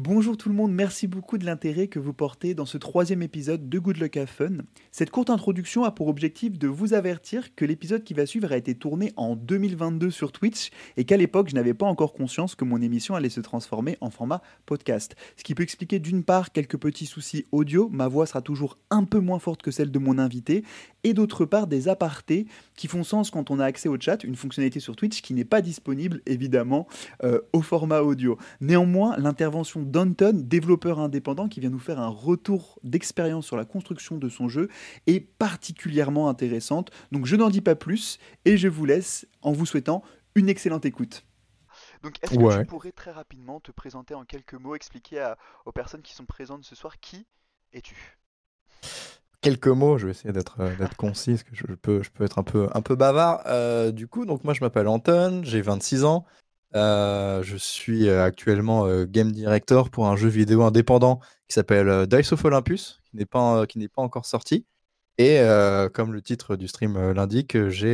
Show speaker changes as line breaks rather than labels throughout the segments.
Bonjour tout le monde, merci beaucoup de l'intérêt que vous portez dans ce troisième épisode de Good Luck Have Fun. Cette courte introduction a pour objectif de vous avertir que l'épisode qui va suivre a été tourné en 2022 sur Twitch et qu'à l'époque je n'avais pas encore conscience que mon émission allait se transformer en format podcast. Ce qui peut expliquer d'une part quelques petits soucis audio, ma voix sera toujours un peu moins forte que celle de mon invité, et d'autre part des apartés qui font sens quand on a accès au chat, une fonctionnalité sur Twitch qui n'est pas disponible évidemment au format audio. Néanmoins, l'intervention d'Anton, développeur indépendant qui vient nous faire un retour d'expérience sur la construction de son jeu, est particulièrement intéressante. Donc je n'en dis pas plus et je vous laisse en vous souhaitant une excellente écoute.
Donc, est-ce que tu
Ouais.
pourrais très rapidement te présenter en quelques mots, expliquer aux personnes qui sont présentes ce soir qui es-tu?
Quelques mots, je vais essayer d'être concis, parce que je peux être un peu bavard. Du coup, donc moi je m'appelle Anton, j'ai 26 ans. Je suis actuellement game director pour un jeu vidéo indépendant qui s'appelle Dice of Olympus, qui n'est pas encore sorti. Et comme le titre du stream l'indique,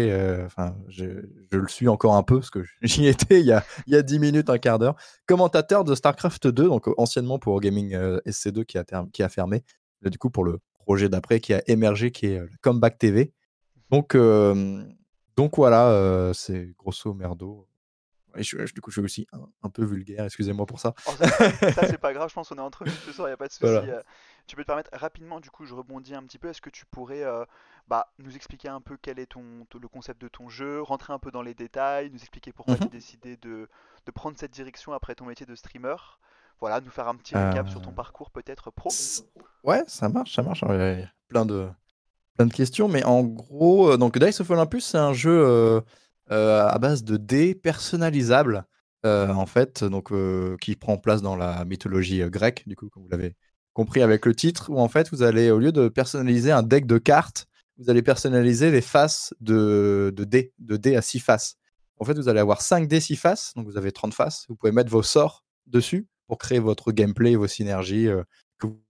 je le suis encore un peu, parce que j'y étais il y a 10 minutes, un quart d'heure. Commentateur de StarCraft 2, donc anciennement pour Gaming SC2 qui a fermé. Là, du coup, pour le projet d'après qui a émergé, qui est Comeback TV. Donc, euh, donc voilà, c'est grosso merdo. Et du coup, je suis aussi un peu vulgaire, excusez-moi pour ça.
Oh, ça, c'est pas grave, je pense qu'on est entre nous ce soir, il a pas de souci.
Voilà.
Tu peux te permettre rapidement, du coup, je rebondis un petit peu. Est-ce que tu pourrais nous expliquer un peu quel est le concept de ton jeu, rentrer un peu dans les détails, nous expliquer pourquoi tu as
Mhm.
décidé de prendre cette direction après ton métier de streamer? Voilà, nous faire un petit récap sur ton
Euh,
parcours peut-être pro.
Ouais, ça marche, ça marche. Il y a plein de questions, mais en gros, donc Dice of Olympus, c'est un jeu à base de dés personnalisables, en fait, donc qui prend place dans la mythologie grecque, du coup, comme vous l'avez compris avec le titre, où en fait, vous allez, au lieu de personnaliser un deck de cartes, vous allez personnaliser les faces de dés à 6 faces. En fait, vous allez avoir 5 dés 6 faces, donc vous avez 30 faces. Vous pouvez mettre vos sorts dessus pour créer votre gameplay, vos synergies que vous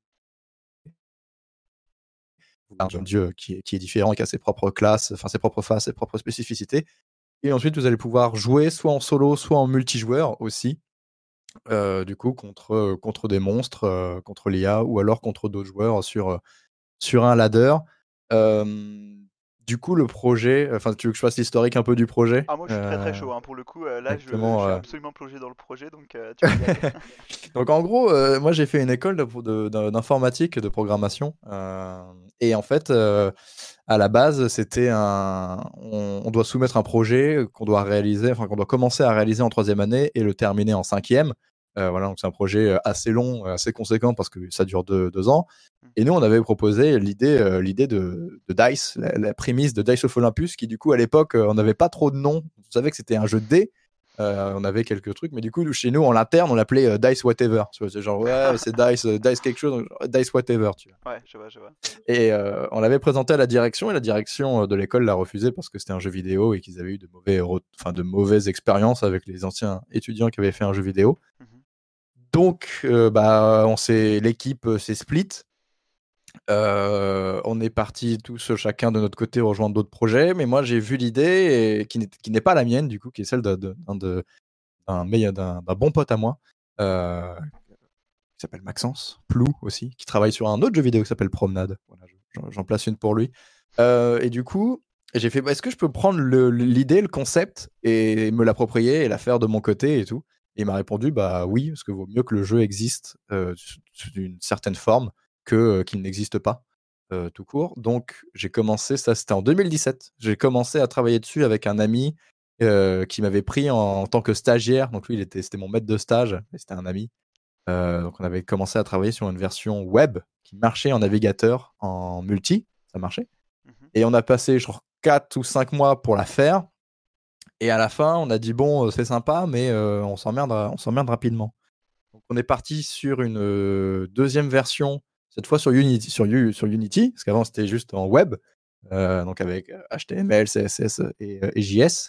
un dieu qui est différent et qui a ses propres classes, enfin ses propres phases, ses propres spécificités. Et ensuite, vous allez pouvoir jouer soit en solo, soit en multijoueur aussi, du coup, contre des monstres, contre l'IA, ou alors contre d'autres joueurs sur un ladder. Euh, du coup, le projet, enfin, tu veux que je fasse l'historique un peu du projet?
Ah, moi je suis très très chaud, hein. Pour le coup, là je
Exactement.
suis absolument plongé dans le projet, donc tu peux y aller.
Donc en gros, moi j'ai fait une école d'informatique, de programmation, et en fait, à la base, on doit soumettre un projet qu'on doit réaliser, enfin qu'on doit commencer à réaliser en troisième année et le terminer en cinquième. Voilà, donc c'est un projet assez long, assez conséquent parce que ça dure 2 ans. Et nous, on avait proposé l'idée de Dice, la prémisse de Dice of Olympus, qui du coup à l'époque, on n'avait pas trop de noms. On savait que c'était un jeu de dés. On avait quelques trucs, mais du coup, chez nous, en l'interne, on l'appelait Dice Whatever. Tu vois, c'est genre, ouais, c'est Dice, Dice quelque chose, donc, Dice Whatever, tu vois.
Ouais, je vois, je vois.
Et on l'avait présenté à la direction, et la direction de l'école l'a refusé parce que c'était un jeu vidéo et qu'ils avaient eu de mauvaises expériences avec les anciens étudiants qui avaient fait un jeu vidéo.
Mhm.
Donc, l'équipe s'est split. On est partis tous chacun de notre côté rejoindre d'autres projets, mais moi j'ai vu l'idée qui n'est pas la mienne, du coup, qui est celle d'un bon pote à moi, qui s'appelle Maxence, Plou aussi, qui travaille sur un autre jeu vidéo qui s'appelle Promenade. Voilà, j'en place une pour lui. Et du coup, j'ai fait, est-ce que je peux prendre l'idée, le concept, et me l'approprier et la faire de mon côté et tout? Et il m'a répondu, bah oui, parce que vaut mieux que le jeu existe sous une certaine forme qu'il n'existe pas tout court. Donc j'ai commencé, ça c'était en 2017, j'ai commencé à travailler dessus avec un ami qui m'avait pris en tant que stagiaire. Donc lui, c'était mon maître de stage, et c'était un ami. Donc on avait commencé à travailler sur une version web qui marchait en navigateur, en multi, ça marchait.
Mhm.
Et on a passé, je crois, 4 ou 5 mois pour la faire. Et à la fin, on a dit, bon, c'est sympa, mais on s'emmerde rapidement. Donc on est parti sur une deuxième version, cette fois sur Unity, sur Unity, parce qu'avant c'était juste en web, donc avec HTML, CSS et JS.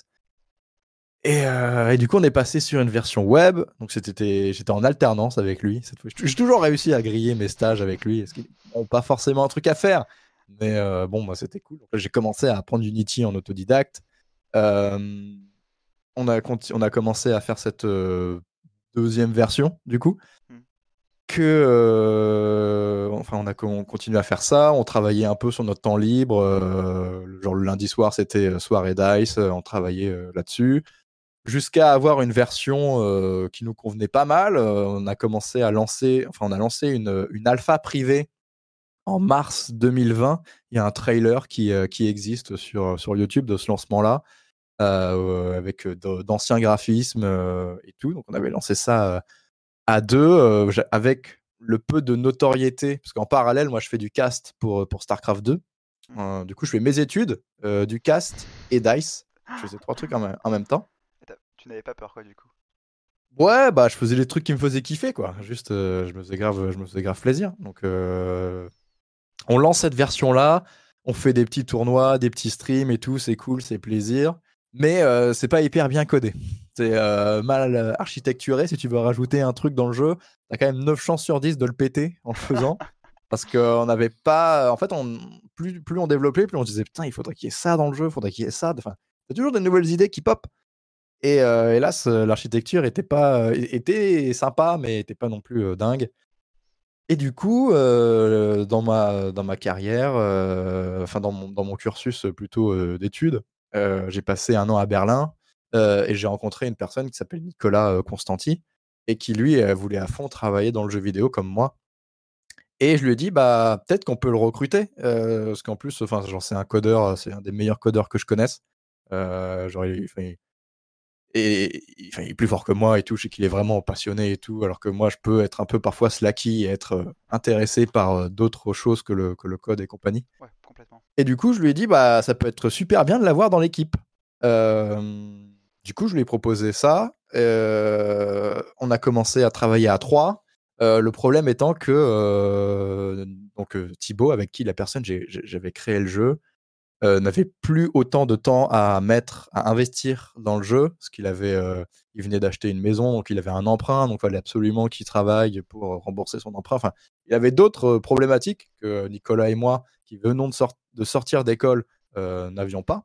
Et du coup, on est passé sur une version web. Donc, j'étais en alternance avec lui. Cette fois, j'ai toujours réussi à griller mes stages avec lui. Ce qui n'est pas forcément un truc à faire. Mais bon, moi, c'était cool. Donc, là, j'ai commencé à apprendre Unity en autodidacte. Euh, on a commencé à faire cette deuxième version, du coup.
Mhm.
on continue à faire ça, on travaillait un peu sur notre temps libre, genre le lundi soir c'était soirée DICE, on travaillait là-dessus, jusqu'à avoir une version qui nous convenait pas mal. On a lancé une alpha privée en mars 2020. Il y a un trailer qui existe sur YouTube de ce lancement-là, avec d'anciens graphismes et tout. Donc on avait lancé ça à deux, avec le peu de notoriété, parce qu'en parallèle, moi je fais du cast pour StarCraft 2. Du coup, je fais mes études, du cast et DICE. Je faisais 3 trucs en même temps.
Tu n'avais pas peur, quoi, du coup?
Ouais, bah je faisais les trucs qui me faisaient kiffer, quoi. Juste, je me faisais grave plaisir. Donc, on lance cette version-là, on fait des petits tournois, des petits streams et tout, c'est cool, c'est plaisir. Mais c'est pas hyper bien codé. C'est mal architecturé. Si tu veux rajouter un truc dans le jeu, t'as quand même 9 chances sur 10 de le péter en le faisant. Parce qu'on n'avait pas. En fait, plus on développait, plus on se disait putain, il faudrait qu'il y ait ça dans le jeu, il faudrait qu'il y ait ça. Enfin, t'as toujours des nouvelles idées qui pop. Et hélas, l'architecture était sympa, mais était pas non plus dingue. Et du coup, dans ma carrière, dans mon cursus plutôt d'études, j'ai passé 1 an à Berlin, et j'ai rencontré une personne qui s'appelle Nicolas Constanti, et qui lui voulait à fond travailler dans le jeu vidéo comme moi. Et je lui ai dit, bah peut-être qu'on peut le recruter, parce qu'en plus, genre c'est un codeur, c'est un des meilleurs codeurs que je connaisse. Genre, il est plus fort que moi et tout, je sais qu'il est vraiment passionné et tout, alors que moi je peux être un peu parfois slacky et être intéressé par d'autres choses que le code et compagnie.
Ouais, complètement.
Et du coup, je lui ai dit, bah ça peut être super bien de l'avoir dans l'équipe. Du coup, je lui ai proposé ça. On a commencé à travailler à 3. Le problème étant que Thibaut, avec qui j'avais créé le jeu, n'avait plus autant de temps à investir dans le jeu, parce qu'il venait d'acheter une maison, donc il avait un emprunt, donc il fallait absolument qu'il travaille pour rembourser son emprunt. Enfin, il y avait d'autres problématiques que Nicolas et moi, qui venons de sortir d'école, n'avions pas.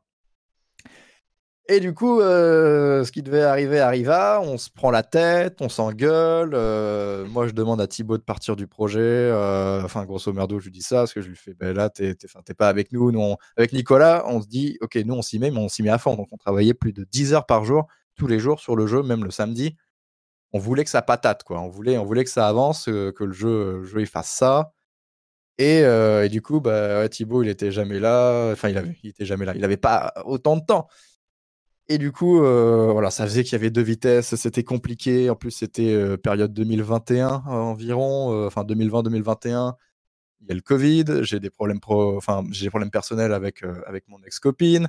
Et du coup, ce qui devait arriver arriva, on se prend la tête, on s'engueule. Moi, je demande à Thibaut de partir du projet. Grosso merdo, je lui dis ça, parce que je lui fais, ben là, t'es pas avec nous. Avec Nicolas, on se dit, ok, nous, on s'y met, mais on s'y met à fond. Donc, on travaillait plus de 10 heures par jour, tous les jours sur le jeu, même le samedi. On voulait que ça patate, quoi. On voulait que ça avance, que le jeu il fasse ça. Et du coup, bah, Thibaut, il était jamais là. Enfin, il était jamais là. Il avait pas autant de temps. Et du coup, voilà, ça faisait qu'il y avait 2 vitesses, c'était compliqué. En plus, c'était période 2021 environ, 2020-2021. Il y a le Covid, j'ai des problèmes personnels avec mon ex-copine.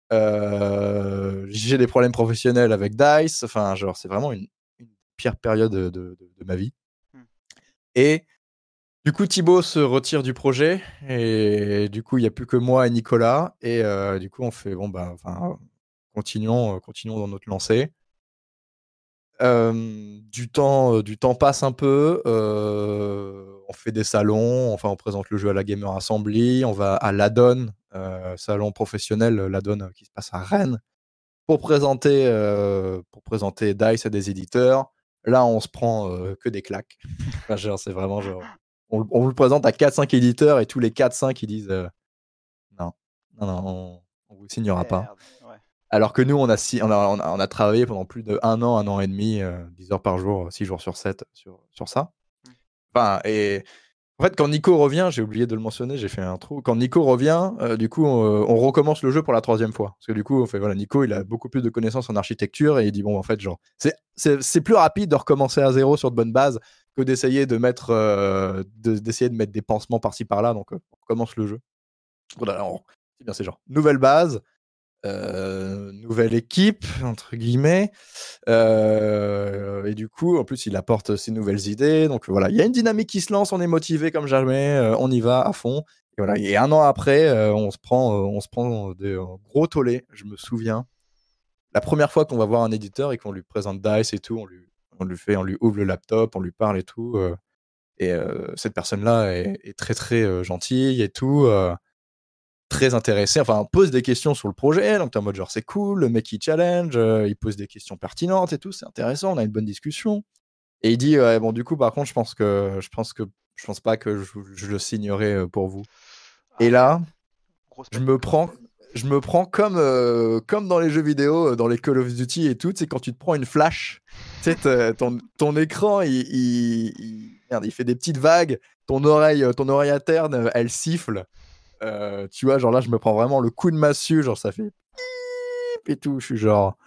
J'ai des problèmes professionnels avec DICE. Enfin, genre, c'est vraiment une pire période de ma vie. Et du coup, Thibaut se retire du projet, et du coup, il n'y a plus que moi et Nicolas. Et du coup, on fait bon, bah, continuons dans notre lancée. Du temps passe un peu. On fait des salons. Enfin, on présente le jeu à la Gamer Assembly. On va à l'Adon, salon professionnel, l'Adon qui se passe à Rennes, pour présenter DICE à des éditeurs. Là, on se prend que des claques. Enfin, genre, c'est vraiment genre. On le présente à 4-5 éditeurs, et tous les 4-5 ils disent non, on vous signera pas.
Ouais.
Alors que nous, on a travaillé pendant plus de 1 an et demi, 10 heures par jour, 6 jours sur 7 sur ça. Enfin, et en fait, quand Nico revient, j'ai oublié de le mentionner, j'ai fait un trou. Quand Nico revient, du coup, on recommence le jeu pour la 3e fois. Parce que du coup, voilà, Nico, il a beaucoup plus de connaissances en architecture, et il dit bon, en fait, genre, c'est plus rapide de recommencer à zéro sur de bonnes bases que d'essayer de mettre des pansements par-ci par-là. Donc, on recommence le jeu. Voilà, c'est bien, c'est genre nouvelle base. Nouvelle équipe entre guillemets, et du coup en plus il apporte ses nouvelles idées, donc voilà, il y a une dynamique qui se lance, on est motivé comme jamais, on y va à fond, et voilà. Et 1 an après, on se prend des gros tollés. Je me souviens la première fois qu'on va voir un éditeur et qu'on lui présente DICE et tout, on lui ouvre le laptop, on lui parle et tout, et cette personne là est très très gentille et tout, très intéressé, enfin, on pose des questions sur le projet, donc t'es en mode genre c'est cool, le mec il challenge, il pose des questions pertinentes et tout, c'est intéressant, on a une bonne discussion. Et il dit, ouais, bon, du coup, par contre, je pense pas que je le signerai pour vous.
Ah
Et
merde,
là,
grosse
je
panique
me
quoi.
prends, je me prends comme dans les jeux vidéo, dans les Call of Duty et tout, c'est quand tu te prends une flash, tu sais, ton écran, merde, il fait des petites vagues, ton oreille interne, elle siffle. Tu vois, genre là, je me prends vraiment le coup de massue, genre ça fait pip et tout. Je suis genre,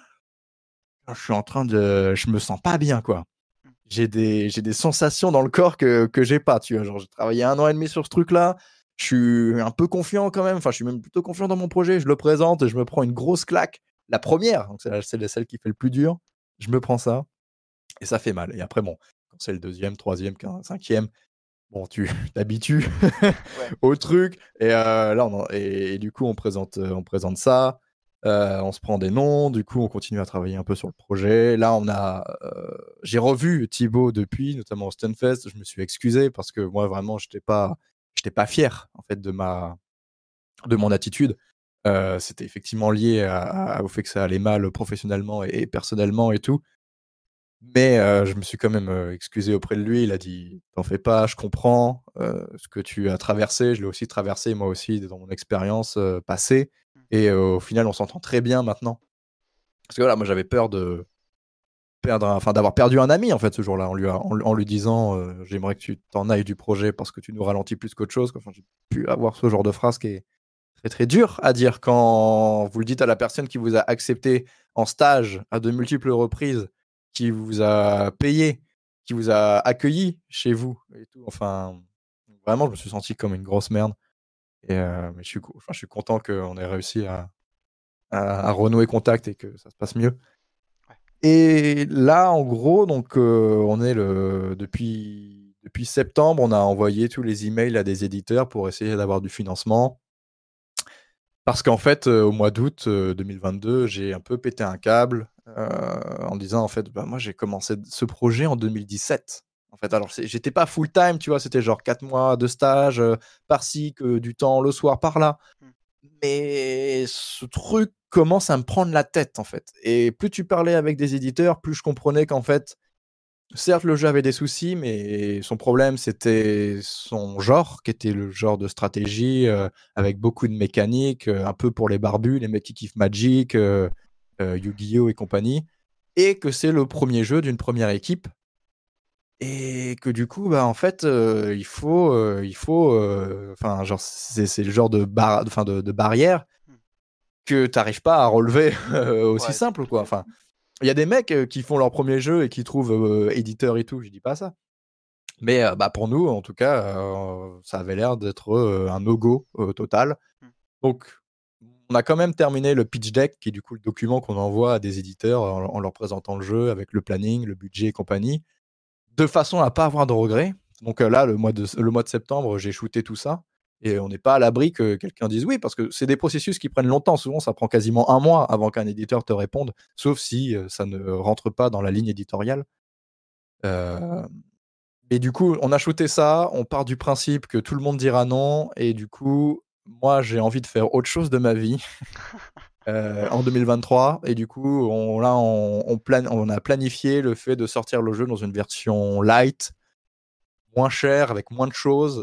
je me sens pas bien, quoi. J'ai des sensations dans le corps que j'ai pas, tu vois. Genre, j'ai travaillé 1 an et demi sur ce truc-là. Je suis un peu confiant quand même. Enfin, je suis même plutôt confiant dans mon projet. Je le présente et je me prends une grosse claque. La première, donc c'est celle qui fait le plus dur. Je me prends ça et ça fait mal. Et après, bon, quand c'est le deuxième, troisième, cinquième, bon, tu t'habitues
Ouais.
au truc. Et là, et du coup, on présente ça. On se prend des noms. Du coup, on continue à travailler un peu sur le projet. Là, j'ai revu Thibaut depuis, notamment au Stunfest. Je me suis excusé parce que moi, vraiment, j'étais pas fier en fait de mon attitude. C'était effectivement lié au fait que ça allait mal professionnellement et personnellement et tout. Mais je me suis quand même, excusé auprès de lui. Il a dit: «T'en fais pas, je comprends, ce que tu as traversé, je l'ai aussi traversé moi aussi dans mon expérience, passée
Mm.
et au final, on s'entend très bien maintenant». Parce que voilà, moi j'avais peur d'avoir perdu un ami en fait ce jour-là en lui disant, «J'aimerais que tu t'en ailles du projet parce que tu nous ralentis plus qu'autre chose», quoi. Enfin, j'ai pu avoir ce genre de phrase qui est très, très dur à dire quand vous le dites à la personne qui vous a accepté en stage à de multiples reprises, qui vous a payé, qui vous a accueilli chez vous et tout. Enfin, vraiment, je me suis senti comme une grosse merde et mais je suis content qu'on ait réussi à renouer contact et que ça se passe mieux.
Ouais.
Et là, en gros, donc, on est depuis septembre, on a envoyé tous les emails à des éditeurs pour essayer d'avoir du financement. Parce qu'en fait, au mois d'août, 2022, j'ai un peu pété un câble, en disant, en fait, bah, moi, j'ai commencé ce projet en 2017. En fait, alors j'étais pas full time, tu vois? C'était genre 4 mois de stage, par-ci, que du temps le soir par-là.
Mm.
Mais ce truc commence à me prendre la tête, en fait. Et plus tu parlais avec des éditeurs, plus je comprenais qu'en fait, certes, le jeu avait des soucis, mais son problème, c'était son genre, qui était le genre de stratégie, avec beaucoup de mécaniques, un peu pour les barbus, les mecs qui kiffent Magic, Yu-Gi-Oh! Et compagnie. Et que c'est le premier jeu d'une première équipe. Et que du coup, bah, en fait, enfin, genre, c'est le genre de barrière
Mm.
que tu n'arrives pas à relever aussi
Ouais, c'est
simple, quoi.
compliqué.
Enfin, il y a des mecs qui font leur premier jeu et qui trouvent éditeur et tout, je dis pas ça. Mais bah, pour nous, en tout cas, ça avait l'air d'être, un no-go, total.
Mm.
Donc on a quand même terminé le pitch deck, qui est du coup le document qu'on envoie à des éditeurs en leur présentant le jeu avec le planning, le budget et compagnie, de façon à pas avoir de regrets. Donc là, le mois de septembre, j'ai shooté tout ça et on n'est pas à l'abri que quelqu'un dise oui, parce que c'est des processus qui prennent longtemps. Souvent, ça prend quasiment 1 mois avant qu'un éditeur te réponde, sauf si, ça ne rentre pas dans la ligne éditoriale. Heu Et du coup, on a shooté ça, on part du principe que tout le monde dira non et du coup, moi, j'ai envie de faire autre chose de ma vie, en 2023 et du coup, on a planifié le fait de sortir le jeu dans une version light, moins chère, avec moins de choses,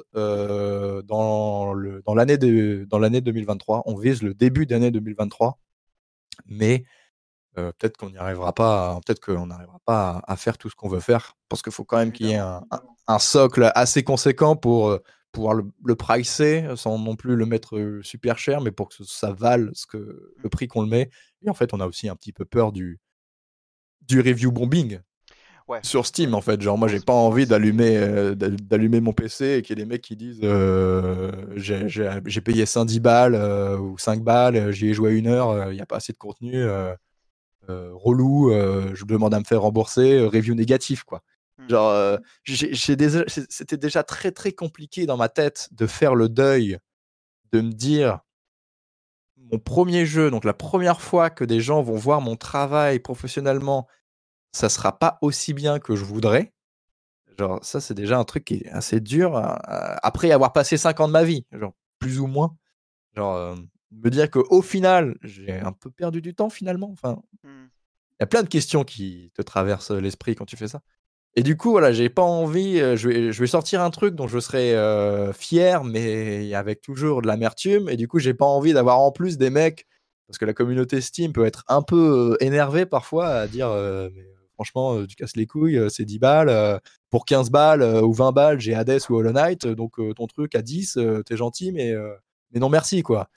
dans l'année 2023. On vise le début d'année 2023, mais peut-être qu'on n'y arrivera pas, peut-être qu'on n'arrivera pas à faire tout ce qu'on veut faire, parce qu'il faut quand même qu'il y ait
Évidemment.
un socle assez conséquent pour pouvoir le pricer sans non plus le mettre super cher, mais pour que ça vale
Mm.
le prix qu'on le met. Et en fait, on a aussi un petit peu peur du review bombing
Ouais,
sur Steam. En fait, genre, moi, j'ai pas
forcément,
envie
c'est.
d'allumer mon PC et qu'il y ait des mecs qui disent j'ai payé 110 balles ou 5 balles, j'y ai joué 1 heure, il n'y a pas assez de contenu. Relou, je demande à me faire rembourser, review négatif, quoi.
Mm.
Genre, c'était déjà très, très compliqué dans ma tête de faire le deuil, de me dire: «Mon premier jeu, donc la première fois que des gens vont voir mon travail professionnellement, ça sera pas aussi bien que je voudrais». Genre ça, c'est déjà un truc qui est assez dur, après avoir passé 5 ans de ma vie, genre plus ou moins. Genre, me dire qu'au final, j'ai un peu perdu du temps finalement, enfin,
Mm.
il y a plein de questions qui te traversent l'esprit quand tu fais ça. Et du coup, voilà, j'ai pas envie. Je vais sortir un truc dont je serai fier, mais avec toujours de l'amertume. Et du coup, j'ai pas envie d'avoir en plus des mecs, parce que la communauté Steam peut être un peu énervée parfois à dire mais, franchement, tu casses les couilles, c'est 10 balles. Pour 15 balles ou 20 balles, j'ai Hades ou Hollow Knight. Donc ton truc à 10, t'es gentil, mais non merci, quoi.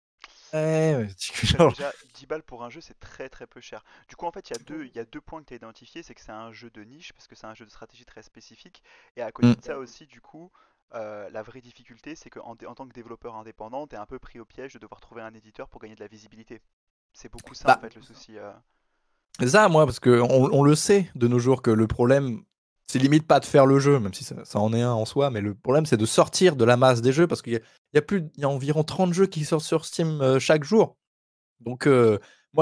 Ouais,
Bah
genre,
déjà, 10 balles pour un jeu, c'est très très peu cher. Du coup, en fait, il y a deux points que tu as identifiés, c'est que c'est un jeu de niche, parce que c'est un jeu de stratégie très spécifique, et à côté
mm.
de ça aussi, du coup, la vraie difficulté, c'est qu'en tant que développeur indépendant, tu es un peu pris au piège de devoir trouver un éditeur pour gagner de la visibilité. C'est beaucoup ça, en
Bah,
fait, le souci.
ça, moi, parce que on le sait de nos jours que le problème, c'est limite pas de faire le jeu, même si ça en est un en soi, mais le problème, c'est de sortir de la masse des jeux, parce il y a environ 30 jeux qui sortent sur Steam chaque jour. Donc, moi,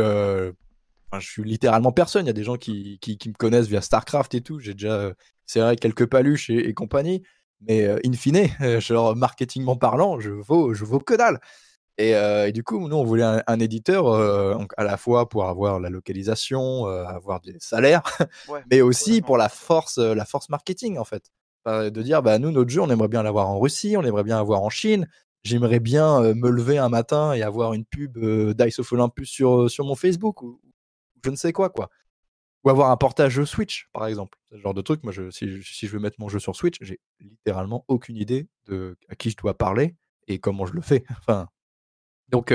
enfin, je suis littéralement personne. Il y a des gens qui me connaissent via StarCraft et tout. J'ai déjà, c'est vrai, quelques paluches et compagnie. Mais in fine, genre, marketingment parlant, je vaux que dalle. Et du coup, nous, on voulait un éditeur, donc à la fois pour avoir la localisation, avoir des salaires,
Ouais,
mais aussi
complètement.
pour la force marketing, en fait. De dire, bah, nous, notre jeu, on aimerait bien l'avoir en Russie, on aimerait bien l'avoir en Chine. J'aimerais bien me lever un matin et avoir une pub d'Ice of Olympus sur mon Facebook ou je ne sais quoi, quoi. Ou avoir un portage Switch, par exemple. Ce genre de truc. Moi, si je veux mettre mon jeu sur Switch, j'ai littéralement aucune idée de à qui je dois parler et comment je le fais. Enfin, donc,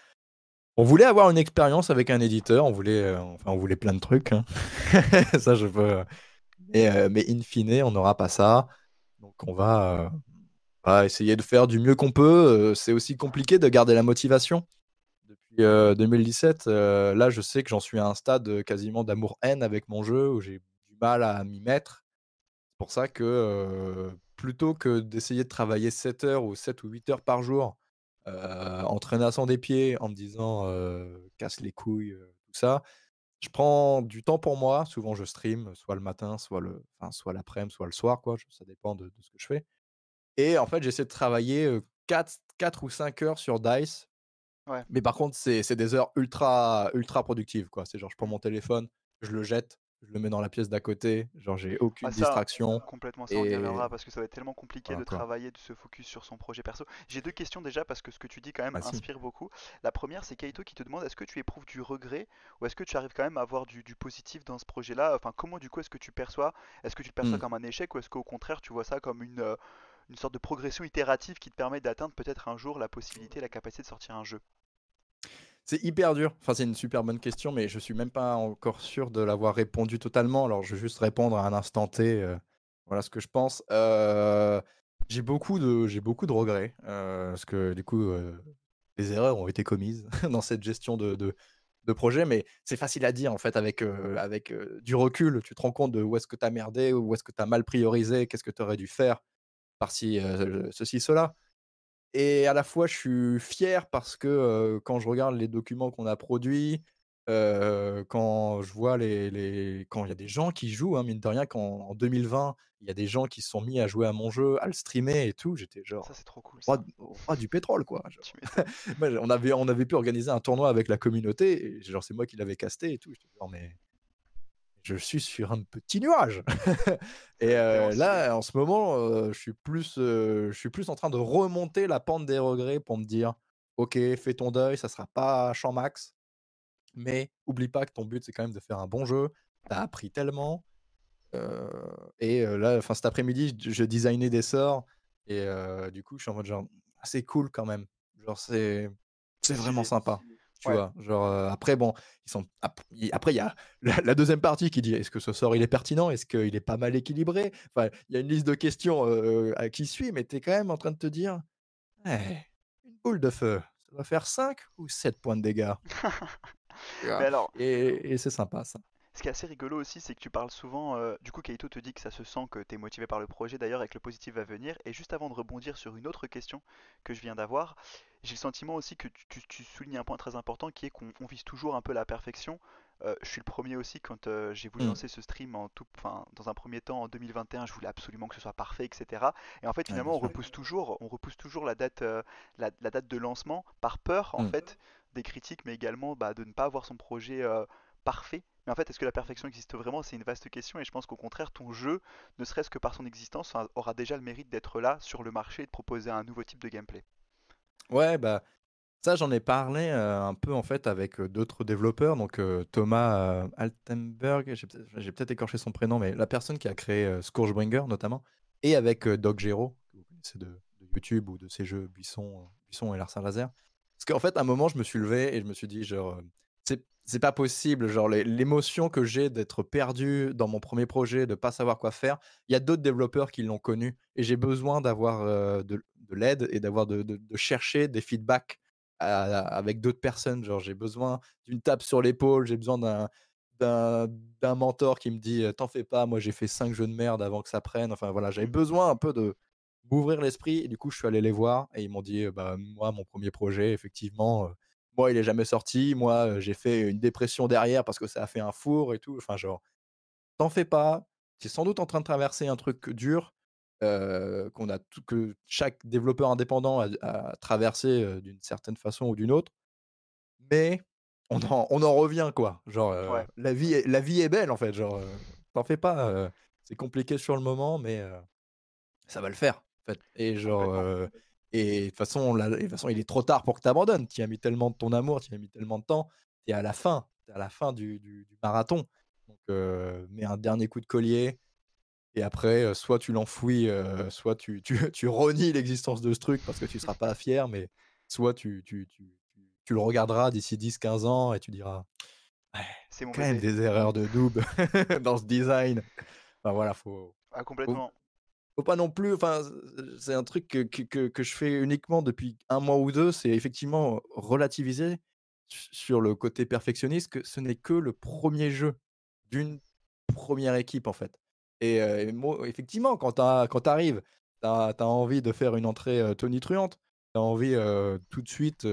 on voulait avoir une expérience avec un éditeur, on voulait plein de trucs, hein. Ça, je peux. Mais in fine, on n'aura pas ça. Donc, on va essayer de faire du mieux qu'on peut. C'est aussi compliqué de garder la motivation. Depuis 2017, là, je sais que j'en suis à un stade quasiment d'amour-haine avec mon jeu où j'ai du mal à m'y mettre. C'est pour ça que plutôt que d'essayer de travailler 7 heures ou 7 ou 8 heures par jour, en traînassant des pieds, en me disant casse les couilles, tout ça, je prends du temps pour moi. Souvent, je stream, soit le matin, soit l'après-midi, soit le soir, quoi. Ça dépend de ce que je fais. Et en fait, j'essaie de travailler 4 ou 5 heures sur Dice,
Ouais.
mais par contre, c'est des heures ultra, ultra productives, quoi. C'est genre, je prends
Mm.
mon téléphone, je le jette, je le mets dans la pièce d'à côté, genre, j'ai
Ah
aucune
ça,
distraction.
complètement, ça on y
Et
reviendra parce que ça va être tellement compliqué
voilà,
de
quoi.
travailler, de se focus sur son projet perso. J'ai deux questions déjà parce que ce que tu dis quand même
Bah, si.
inspire beaucoup. La première, c'est Kaito qui te demande est-ce que tu éprouves du regret ou est-ce que tu arrives quand même à avoir du positif dans ce projet-là? Enfin, comment du coup est-ce que tu perçois? Est-ce que tu le perçois
Mmh.
comme un échec ou est-ce qu'au contraire tu vois ça comme une sorte de progression itérative qui te permet d'atteindre peut-être un jour la possibilité, la capacité de sortir un jeu?
C'est hyper dur. Enfin, c'est une super bonne question, mais je suis même pas encore sûr de l'avoir répondu totalement. Alors, je vais juste répondre à un instant T, voilà ce que je pense. J'ai beaucoup de regrets, parce que du coup, des erreurs ont été commises dans cette gestion de projet, mais c'est facile à dire en fait avec du recul. Tu te rends compte de où est-ce que tu as merdé, où est-ce que tu as mal priorisé, qu'est-ce que tu aurais dû faire par-ci, ceci, cela. Et à la fois, je suis fier parce que, quand je regarde les documents qu'on a produits, quand je vois quand il y a des gens qui jouent, hein, mine de rien, quand en 2020, il y a des gens qui se sont mis à jouer à mon jeu, à le streamer et tout, j'étais
Ça
genre,
c'est trop cool ça.
roi du pétrole, quoi, genre.
Tu m'étonnes.
Moi, on avait pu organiser un tournoi avec la communauté et genre, c'est moi qui l'avais casté et tout. J'étais genre: «Mais je suis sur un petit nuage».
Ça
Et
va être tellement stylé.
là, en ce moment, je suis plus en train de remonter la pente des regrets pour me dire: «OK, fais ton deuil, ça sera pas champ max, mais oublie pas que ton but, c'est quand même de faire un bon jeu. Tu as appris tellement». Heu là, enfin, cet après-midi, je designais des sorts et du coup, je suis en mode genre: «Ah, c'est cool quand même». Genre, c'est
C'est
vraiment
stylé.
sympa, tu
Ouais.
vois? Genre, après bon, après il y a la 2e partie qui dit: «Est-ce que ce sort, il est pertinent? Est-ce qu'il est pas mal équilibré?» Enfin, il y a une liste de questions, qui suit, mais tu es quand même en train de te dire: «Ouais, une boule de feu, ça va faire 5 ou 7 points de dégâts?» Tu
Mais
vois?
alors,
Et c'est sympa ça.
ce qui est assez rigolo aussi, c'est que tu parles souvent. Du coup, Kaito te dit que ça se sent que tu es motivé par le projet d'ailleurs et que le positif va venir. Et juste avant de rebondir sur une autre question que je viens d'avoir, j'ai le sentiment aussi que tu soulignes un point très important qui est qu'on vise toujours un peu la perfection. Je suis le premier aussi quand j'ai voulu
Mmh.
lancer ce stream enfin, dans un premier temps en 2021, je voulais absolument que ce soit parfait, etc. Et en fait,
Ouais, bien
finalement,
sûr.
on repousse toujours la date, la date de lancement par peur en
Mmh.
fait des critiques, mais également bah, de ne pas avoir son projet parfait Mais en fait, est-ce que la perfection existe vraiment? C'est une vaste question et je pense qu'au contraire, ton jeu, ne serait-ce que par son existence, enfin, aura déjà le mérite d'être là sur le marché et de proposer un nouveau type de gameplay.
Ouais, bah, ça, j'en ai parlé, un peu, en fait, avec, d'autres développeurs, donc Thomas, Altenberg, j'ai peut-être écorché son prénom, mais la personne qui a créé, Scourgebringer, notamment, et avec, Doggero, que vous connaissez de YouTube ou de ses jeux Buisson et l'Arcin Laser. Parce qu'en fait, à un moment, je me suis levé et je me suis dit, genre, c'est pas possible, genre, l'émotion que j'ai d'être perdu dans mon premier projet, de pas savoir quoi faire. Il y a d'autres développeurs qui l'ont connu et j'ai besoin d'avoir, de l'aide et d'avoir de chercher des feedbacks avec d'autres personnes. Genre, j'ai besoin d'une tape sur l'épaule, j'ai besoin d'un d'un mentor qui me dit t'en fais pas, moi j'ai fait 5 jeux de merde avant que ça prenne. Enfin voilà, j'avais
Mm.
besoin un peu de m'ouvrir l'esprit. Et du coup, je suis allé les voir et ils m'ont dit bah, moi, mon premier projet, effectivement, moi, il est jamais sorti. Moi, j'ai fait une dépression derrière parce que ça a fait un four et tout. Enfin, genre, t'en fais pas, tu es sans doute en train de traverser un truc dur, que chaque développeur indépendant a traversé, d'une certaine façon ou d'une autre, mais on en revient quoi. Genre,
Ouais,
la vie est belle en fait, genre, t'en fais pas, c'est compliqué sur le moment, mais ça va le faire, en fait et genre,
complètement.
et de toute façon il est trop tard pour que tu abandonnes. Tu as mis tellement de ton amour, tu as mis tellement de temps, tu es à la fin du marathon, donc mets un dernier coup de collier et après, soit tu l'enfouis, soit tu renies l'existence de ce truc parce que tu seras pas fier, mais soit tu le regarderas d'ici 10, 15 ans et tu diras: «Ouais,
C'est mon
quand même
bébé.
des erreurs de noob dans ce design». Enfin voilà,
Ah,
faut
complètement.
faut pas non plus enfin, c'est un truc que je fais uniquement depuis un mois ou 2, c'est effectivement relativiser sur le côté perfectionniste, que ce n'est que le premier jeu d'une première équipe, en fait et moi, effectivement, quand tu arrives, tu as envie de faire une entrée, tonitruante. Tu as envie, tout de suite,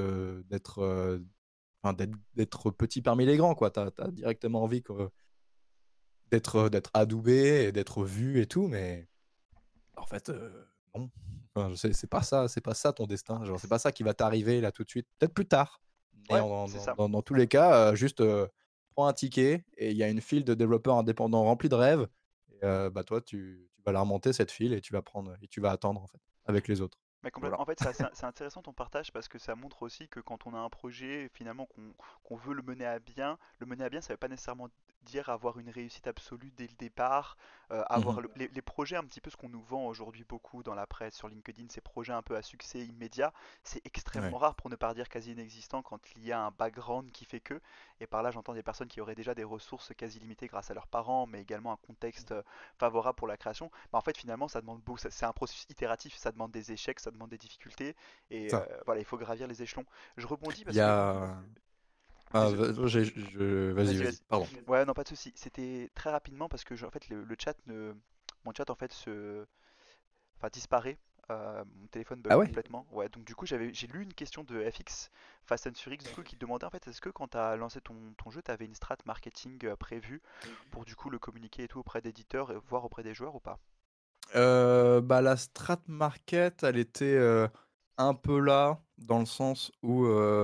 d'être petit parmi les grands, quoi. Tu as directement envie que d'être adoubé et d'être vu et tout, mais en fait, non. Enfin, je sais c'est pas ça ton destin, genre, c'est pas ça qui va t'arriver là tout de suite. Peut-être plus tard, mais
Ouais,
en
c'est ça.
dans tous les cas, juste, prends un ticket et il y a une file de développeurs indépendants remplie de rêves et bah, toi tu vas la remonter cette file et tu vas prendre et tu vas attendre en fait, avec les autres.
Mais
Voilà.
complètement. En fait, c'est intéressant ton partage parce que ça montre aussi que quand on a un projet, finalement, qu'on veut le mener à bien, ça veut pas nécessairement dire avoir une réussite absolue dès le départ,
Mmh.
avoir les projets un petit peu ce qu'on nous vend aujourd'hui beaucoup dans la presse, sur LinkedIn, ces projets un peu à succès immédiat, c'est extrêmement
Ouais.
rare pour ne pas dire quasi inexistant quand il y a un background qui fait que, et par là j'entends des personnes qui auraient déjà des ressources quasi limitées grâce à leurs parents, mais également un contexte favorable pour la création. Bah, en fait, finalement, ça demande beaucoup. C'est un processus itératif. Ça demande des échecs, ça demande des difficultés. Et
Ça.
voilà, il faut gravir les échelons. Je rebondis
Il y
parce que.
a ah,
Désolé.
va j'ai je vas-y,
Vas-y,
vas-y,
vas-y.
pardon.
Ouais, non, pas de souci. C'était très rapidement parce que en fait, le chat ne. Mon chat en fait enfin, disparaît. Mon téléphone bug
Ah ouais?
complètement. Ouais, donc du coup, j'ai lu une question de FX, Fast and Furious, du coup, qui demandait en fait, est-ce que quand tu as lancé ton jeu, tu avais une strat marketing prévue pour du coup le communiquer et tout auprès d'éditeurs, et voire auprès des joueurs ou pas?
Bah, la strat market, elle était, un peu là, dans le sens où,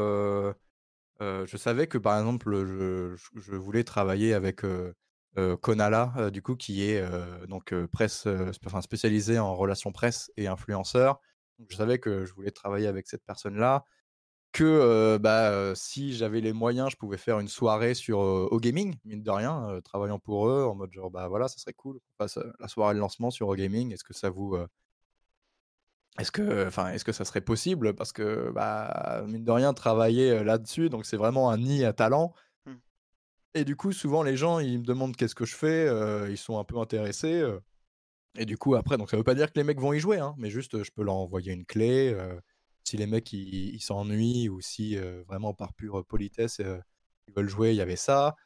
je savais que, par exemple, je voulais travailler avec, Konala, du coup, qui est, donc, presse, enfin, spécialisé en relations presse et influenceurs. Donc je savais que je voulais travailler avec cette personne-là, que, bah, si j'avais les moyens, je pouvais faire une soirée sur, OGaming, mine de rien, travaillant pour eux, en mode genre: «Bah, voilà, ça serait cool qu'on fasse, la soirée de lancement sur OGaming. Est-ce que ça serait possible?» Parce que, bah, mine de rien, travailler, là-dessus, donc c'est vraiment un nid à talent
Hmm.
et du coup, souvent les gens, ils me demandent qu'est-ce que je fais, ils sont un peu intéressés, et du coup après donc ça veut pas dire que les mecs vont y jouer, hein, mais juste, je peux leur envoyer une clé, si les mecs ils s'ennuient ou si, vraiment par pure politesse, ils veulent jouer, il y avait ça.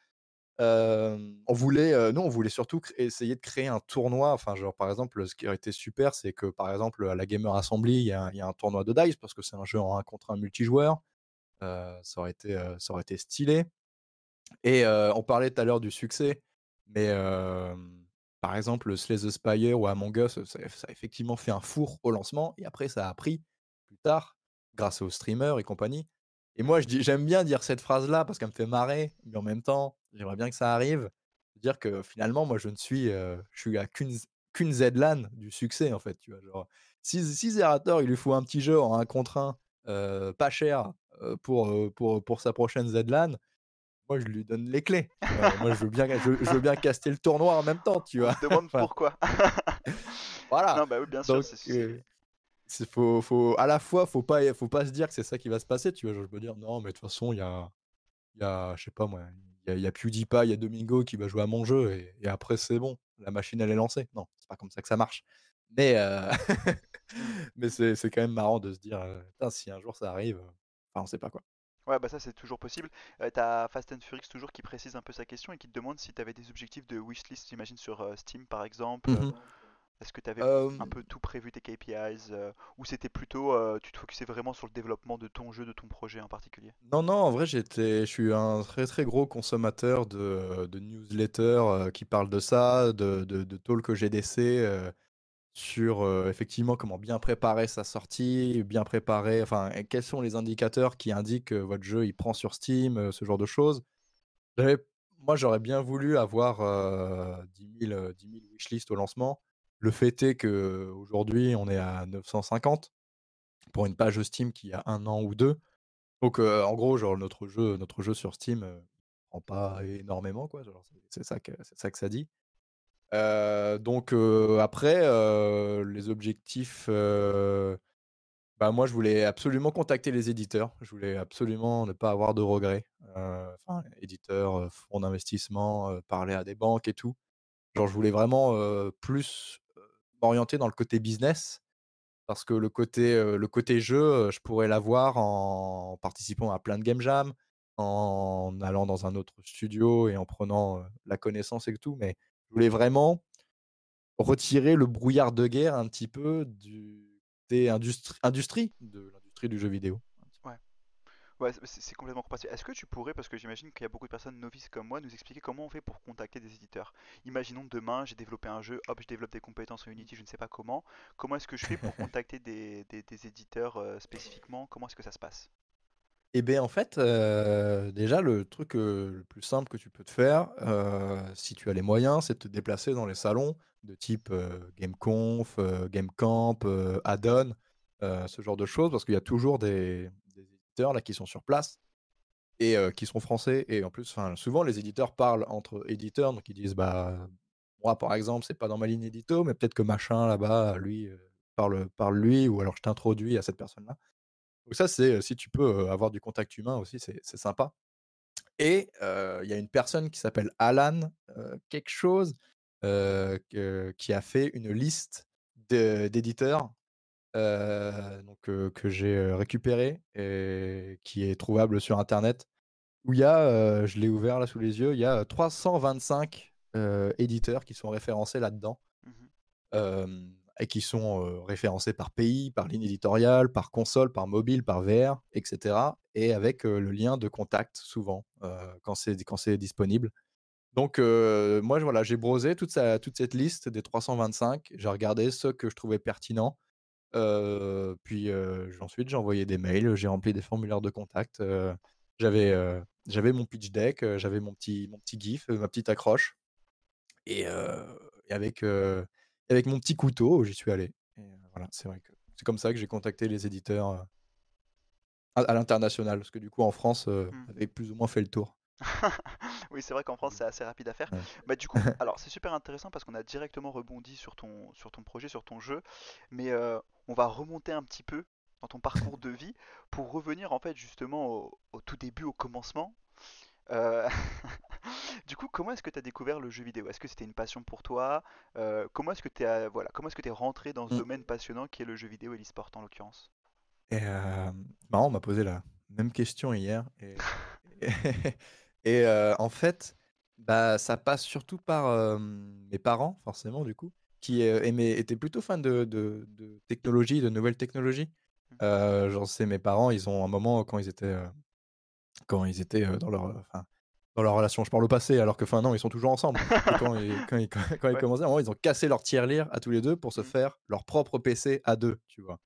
Nous, on voulait surtout essayer de créer un tournoi. Enfin, genre, par exemple, ce qui aurait été super, c'est que, par exemple, à la Gamer Assembly, il y a un tournoi de DICE parce que c'est un jeu en un contre un multijoueur. Ça aurait été stylé et on parlait tout à l'heure du succès, mais par exemple, Slay the Spire ou Among Us, ça a effectivement fait un four au lancement et après ça a pris plus tard grâce aux streamers et compagnie Et moi, j'aime bien dire cette phrase-là parce qu'elle me fait marrer, mais en même temps, j'aimerais bien que ça arrive. Dire que finalement, moi, je suis à qu'une Z-LAN du succès, en fait, tu vois. Genre, si Zerator, il lui faut un petit jeu en 1 contre 1, pas cher, pour sa prochaine Z-LAN, moi, je lui donne les clés, tu vois. Et moi, je veux bien caster le tournoi en même temps, tu
On
vois.
se demande
Enfin,
pourquoi.
voilà.
Non, bah oui, bien sûr,
Donc, à la fois, faut pas se dire que c'est ça qui va se passer, tu vois. Genre, je peux dire, non, mais de toute façon, je sais pas moi, il y a PewDiePie, il y a Domingo qui va jouer à mon jeu et après c'est bon, la machine elle est lancée. Non, c'est pas comme ça que ça marche. Mais,
Hmm.
mais c'est quand même marrant de se dire, putain, si un jour ça arrive, enfin on sait pas quoi.
Ouais, bah ça c'est toujours possible. T'as Fast and Furious toujours qui précise un peu sa question et qui te demande si t'avais des objectifs de wishlist, j'imagine sur Steam par exemple.
Mhm.
Est-ce que t'avais un
Euh,
peu tout prévu tes KPIs ou c'était plutôt tu te focusais vraiment sur le développement de ton jeu, de ton projet en particulier?
non, non, en vrai, je suis un très très gros consommateur de newsletters qui parlent de ça, de talk GDC. Sur effectivement comment bien préparer sa sortie, bien préparer, enfin, et quels sont les indicateurs qui indiquent que votre jeu il prend sur Steam, ce genre de choses. J'avais Moi j'aurais bien voulu avoir 10 000 wishlist au lancement. Le fait est qu'aujourd'hui on est à 950 pour une page Steam qui a 1 an ou 2. Donc en gros genre notre jeu sur Steam, prend pas énormément quoi, genre c'est ça que ça dit. Donc après, les objectifs, bah, moi, je voulais absolument contacter les éditeurs. Je voulais absolument ne pas avoir de regrets. Enfin, éditeurs, fonds d'investissement, parler à des banques et tout. Genre, je voulais vraiment, plus, m'orienter dans le côté business parce que le côté jeu, je pourrais l'avoir en participant à plein de game jams, en allant dans un autre studio et en prenant, la connaissance et tout. Mais je voulais vraiment retirer le brouillard de guerre un petit peu des industrie de l'industrie du jeu vidéo, un petit peu.
Ouais. Ouais, c'est complètement compréhensible. Est-ce que tu pourrais, parce que j'imagine qu'il y a beaucoup de personnes novices comme moi, nous expliquer comment on fait pour contacter des éditeurs? Imaginons demain, j'ai développé un jeu, hop, je développe des compétences en Unity, je ne sais pas comment. Comment est-ce que je fais pour contacter des éditeurs spécifiquement? Comment est-ce que ça se passe?
Et beh, en fait, déjà le truc, le plus simple que tu peux te faire, si tu as les moyens, c'est de te déplacer dans les salons de type, GameConf, GameCamp, Addon, ce genre de choses. Parce qu'il y a toujours des éditeurs là qui sont sur place et qui sont français et en plus, enfin, souvent les éditeurs parlent entre éditeurs, donc ils disent: «Bah, moi par exemple, c'est pas dans ma ligne édito, mais peut-être que machin là-bas, lui, parle lui ou alors je t'introduis à cette personne-là». Donc ça, c'est, si tu peux, avoir du contact humain aussi, c'est sympa et il y a une personne qui s'appelle Alan, quelque chose, qui a fait une liste d'éditeurs, que j'ai, récupérée et qui est trouvable sur internet. Où il y a, je l'ai ouvert là sous les yeux, il y a 325 éditeurs qui sont référencés là-dedans,
Mhm.
et qui sont, référencés par pays, par ligne éditoriale, par console, par mobile, par VR et cetera et avec, le lien de contact souvent, quand c'est disponible. Donc moi voilà, j'ai browsé toute cette liste des 325, j'ai regardé ceux que je trouvais pertinents, puis, ensuite j'ai envoyé des mails, j'ai rempli des formulaires de contact, j'avais mon pitch deck, j'avais mon petit gif, ma petite accroche et avec mon petit couteau, j'y suis allé et voilà, c'est vrai que c'est comme ça que j'ai contacté les éditeurs, à l'international parce que du coup en France,
Hmm.
j'avais plus ou moins fait le tour.
Oui, c'est vrai qu'en France,
Mmh.
c'est assez rapide à faire.
Ouais.
Bah, du coup, alors c'est super intéressant parce qu'on a directement rebondi sur ton projet, sur ton jeu, mais on va remonter un petit peu dans ton parcours de vie pour revenir en fait justement au tout début, au commencement. Euh, Du coup, comment est-ce que tu as découvert le jeu vidéo? Est-ce que c'était une passion pour toi? Comment est-ce que tu es, voilà, comment est-ce que tu rentré dans ce
Mmh.
domaine passionnant qui est le jeu vidéo et l'e-sport en l'occurrence?
Et marrant, on m'a posé la même question hier et en fait, bah, ça passe surtout par, mes parents forcément du coup, qui, étaient plutôt fans de technologie, de nouvelles technologies. Genre c'est mes parents, ils ont un moment quand ils étaient, dans leur relation, je parle au passé alors que enfin non, ils sont toujours ensemble. Mais quand ils
Ouais.
commençaient, à un moment, ils ont cassé leur tirelire à tous les 2 pour se
Mm.
faire leur propre PC à 2, tu vois?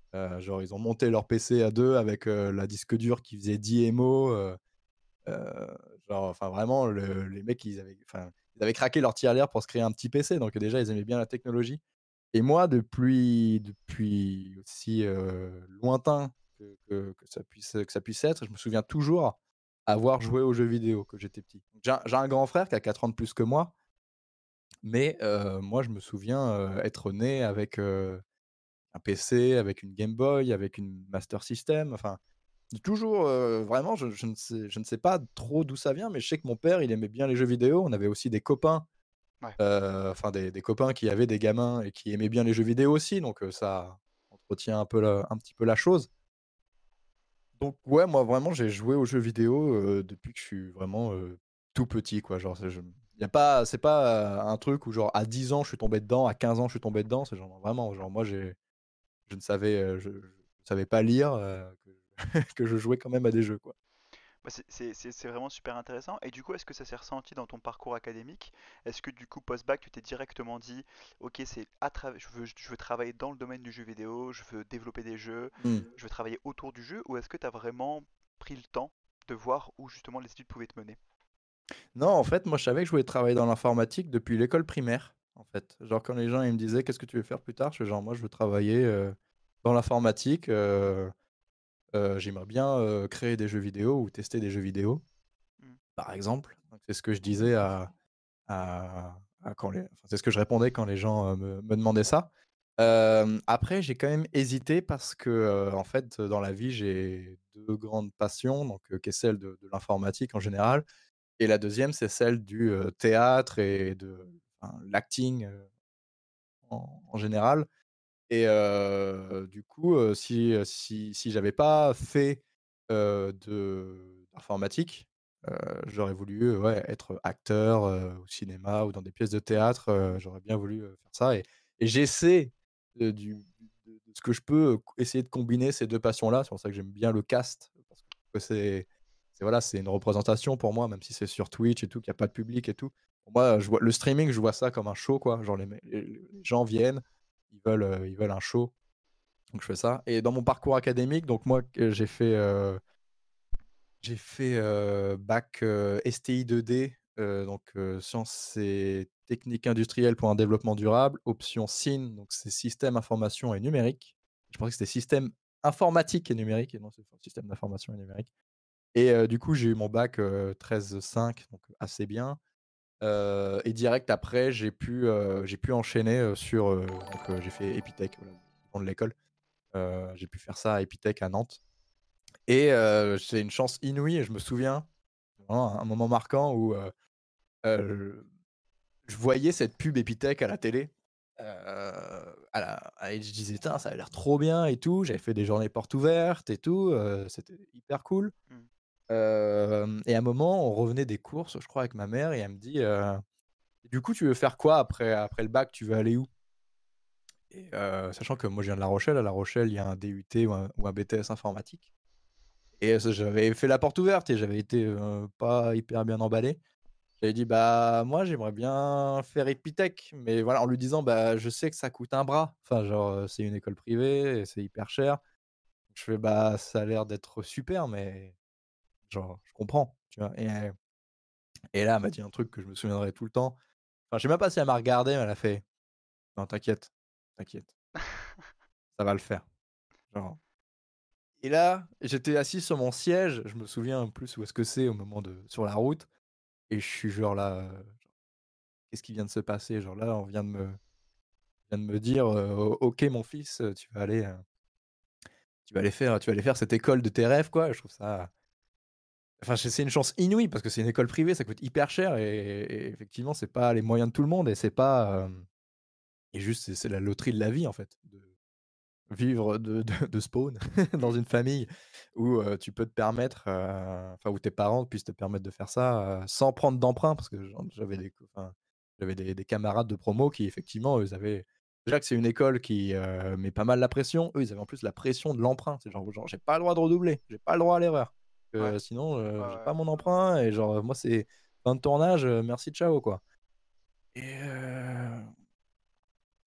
Genre, ils ont monté leur PC à deux avec la disque dur qui faisait 10 MO. Genre, enfin, vraiment, les mecs, ils avaient craqué leur tirelire pour se créer un petit PC. Donc, déjà, ils aimaient bien la technologie. Et moi, depuis aussi lointain que ça puisse être, je me souviens toujours avoir joué aux jeux vidéo quand j'étais petit. Donc, j'ai un grand frère qui a 4 ans de plus que moi, mais moi, je me souviens être né avec un PC, avec une Game Boy, avec une Master System. Enfin, toujours vraiment, je ne sais pas trop d'où ça vient, mais je sais que mon père, il aimait bien les jeux vidéo. On avait aussi des copains
Ouais.
enfin des copains qui avaient des gamins et qui aimaient bien les jeux vidéo aussi, donc ça entretient un petit peu la chose. Donc ouais, moi vraiment j'ai joué aux jeux vidéo, depuis que je suis vraiment, tout petit quoi. Genre c'est pas, un truc où genre à 10 ans je suis tombé dedans, à 15 ans je suis tombé dedans, c'est genre vraiment genre moi je ne savais, je savais pas lire, que que je jouais quand même à des jeux quoi.
Bah, c'est vraiment super intéressant. Et du coup, est-ce que ça s'est ressenti dans ton parcours académique? Est-ce que du coup, post-bac, tu t'es directement dit, ok, je veux travailler dans le domaine du jeu vidéo, je veux développer des jeux,
Mmh.
je veux travailler autour du jeu, ou est-ce que tu as vraiment pris le temps de voir où justement les études pouvaient te mener?
Non, en fait, moi, je savais que je voulais travailler dans l'informatique depuis l'école primaire, en fait. Genre, quand les gens ils me disaient: «Qu'est-ce que tu veux faire plus tard?» Je fais genre: «Moi, je veux travailler, dans l'informatique, j'aimerais bien, créer des jeux vidéo ou tester des jeux vidéo»,
Hmm.
par exemple. Donc c'est ce que je disais à quand les enfin, c'est ce que je répondais quand les gens, me demandaient ça. Après, j'ai quand même hésité parce que, en fait, dans la vie, j'ai 2 grandes passions, donc qui est celle de l'informatique en général et la deuxième, c'est celle du, théâtre et de enfin, l'acting, en général et du coup, si j'avais pas fait, d'informatique, j'aurais voulu, ouais, être acteur, au cinéma ou dans des pièces de théâtre, j'aurais bien voulu, faire ça et j'essaie, de ce que je peux, essayer de combiner ces 2 passions-là. C'est pour ça que j'aime bien le cast, parce que c'est voilà, c'est une représentation pour moi, même si c'est sur Twitch et tout, qu'il y a pas de public et tout. Pour moi, je vois le streaming, je vois ça comme un show, quoi. Genre les gens viennent, ils veulent un show, donc je fais ça et dans mon parcours académique, donc moi, j'ai fait, bac, STI 2D, donc sciences et techniques industrielles pour un développement durable, option SIN, donc c'est système, information et numérique. Je pensais que c'était système informatique et numérique et non, c'est système d'information et numérique et du coup, j'ai eu mon bac, 13,5 donc assez bien, et direct après, j'ai pu enchaîner, sur, donc j'ai fait Epitech, voilà, le nom de l'école. J'ai pu faire ça à Epitech à Nantes et c'est une chance inouïe et je me souviens, vraiment un moment marquant où, je voyais cette pub Epitech à la télé, et je disais: «Tain, ça a l'air trop bien et tout». J'avais fait des journées portes ouvertes et tout, c'était hyper cool.
Hmm.
Et à un moment, on revenait des courses, je crois, avec ma mère et elle me dit: «Du coup, tu veux faire quoi après le bac? Tu veux aller où?» Et sachant que moi, je viens de La Rochelle. À La Rochelle, il y a un DUT ou un BTS informatique. Et ça, j'avais fait la porte ouverte et j'avais été, pas hyper bien emballé. J'avais dit: «Bah, moi, j'aimerais bien faire Epitech», mais voilà, en lui disant: «Bah, je sais que ça coûte un bras». Enfin, genre, c'est une école privée et c'est hyper cher. Je fais: «Bah, ça a l'air d'être super, mais genre, je comprends», tu vois? Et là, elle m'a dit un truc que je me souviendrai tout le temps. Enfin, je sais même pas si elle m'a regardé, mais elle a fait: «Non, t'inquiète, t'inquiète, ça va le faire». Genre et là, j'étais assis sur mon siège, je me souviens en plus où est-ce que c'est au moment de sur la route et je suis genre là, qu'est-ce qui vient de se passer? Genre là, on vient de me dire, «OK mon fils, tu vas aller faire cette école de tes rêves quoi». Je trouve ça enfin c'est une chance inouïe parce que c'est une école privée, ça coûte hyper cher et effectivement, c'est pas les moyens de tout le monde et c'est pas, et juste c'est la loterie de la vie en fait, de vivre de Spawn dans une famille où, tu peux te permettre, enfin où tes parents puissent te permettre de faire ça, sans prendre d'emprunt parce que j'avais des camarades de promo qui effectivement, eux, avaient déjà que c'est une école qui, met pas mal la pression. Eux, ils avaient en plus la pression de l'emprunt. C'est genre: «J'ai pas le droit de redoubler, j'ai pas le droit à l'erreur,
Ouais,
sinon,
ouais,
j'ai
ouais.
pas mon emprunt et genre, moi c'est fin de tournage, merci ciao quoi» et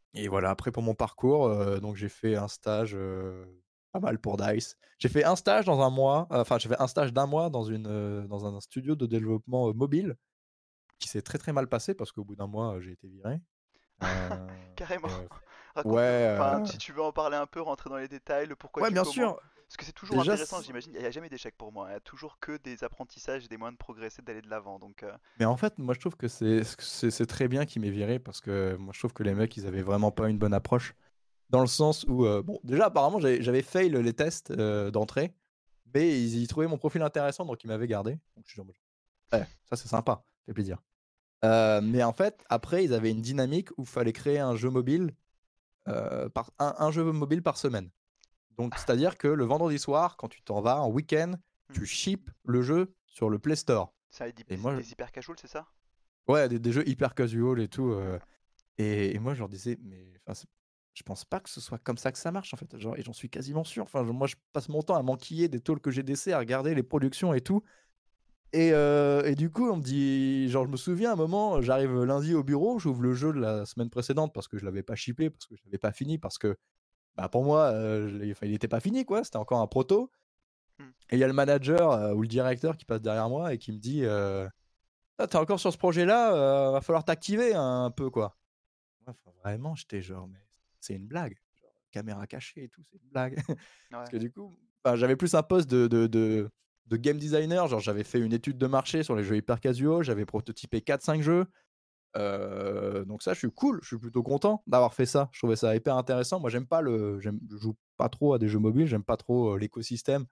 Et voilà, après pour mon parcours, donc j'ai fait un stage, pas mal pour DICE. J'ai fait un stage dans un mois, enfin j'ai fait un stage d'un mois dans un studio de développement, mobile qui s'est très, très mal passé parce qu'au bout d'un mois, j'ai été viré. Heu
Carrément.
et
Raconte-nous,
ouais,
enfin, si tu veux en parler un peu, rentrer dans les détails, le pourquoi
ouais
du
bien
comment.
sûr.
Parce que c'est toujours
Déjà
intéressant,
c
j'imagine. Il n'y a jamais d'échec pour moi. Il y a toujours que des apprentissages et des moyens de progresser, d'aller de l'avant. Donc,
mais en fait, moi je trouve que c'est très bien qu'il m'ait viré parce que moi je trouve que les mecs, ils avaient vraiment pas une bonne approche. Dans le sens où, bon, déjà apparemment j'avais fail les tests, d'entrée, mais ils trouvaient mon profil intéressant donc ils m'avaient gardé. Donc je suis en mode: «Eh, ça c'est sympa, ça fait plaisir». Mais en fait, après ils avaient une dynamique où il fallait créer un jeu mobile, par un jeu mobile par semaine. Donc c'est-à-dire que le vendredi soir, quand tu t'en vas en week-end, tu
mhm.
ships le jeu sur le Play Store.
C'est
Et moi
des hyper casual, c'est ça?
ouais, des jeux hyper casual et tout, et moi je leur disais: «Mais enfin c'est je pense pas que ce soit comme ça que ça marche en fait». Genre et j'en suis quasiment sûr. Enfin moi je passe mon temps à m'enquiller des talks que GDC, à regarder les productions et tout et du coup on me dit genre je me souviens à un moment, j'arrive lundi au bureau, j'ouvre le jeu de la semaine précédente parce que je l'avais pas shippé, parce que je l'avais pas fini, parce que, bah, pour moi, enfin il était pas fini quoi, c'était encore un proto
Hmm.
et il y a le manager, ou le directeur qui passe derrière moi et qui me dit: «Ah tu encore sur ce projet-là, va falloir t'activer un peu quoi». Ouais, enfin, vraiment, j'étais genre: «Mais c'est une blague?» genre, caméra cachée et tout, c'est une blague? Parce
Ouais.
que du coup, bah, j'avais plus un poste de game designer, genre j'avais fait une étude de marché sur les jeux hyper casual, j'avais prototypé 4 5 jeux, donc ça, je suis plutôt content d'avoir fait ça. Je trouvais ça hyper intéressant. Moi, je joue pas trop à des jeux mobiles, j'aime pas trop, l'écosystème,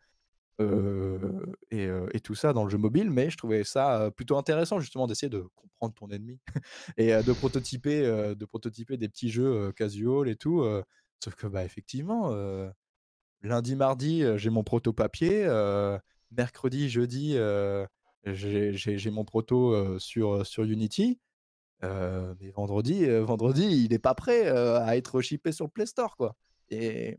et tout ça dans le jeu mobile, mais je trouvais ça, plutôt intéressant justement d'essayer de comprendre ton ennemi. Et de prototyper des petits jeux, casual et tout, sauf que, bah, effectivement, lundi, mardi, j'ai mon proto papier, mercredi, jeudi, j'ai mon proto, sur Unity, mais vendredi, il est pas prêt, à être shippé sur le Play Store, quoi et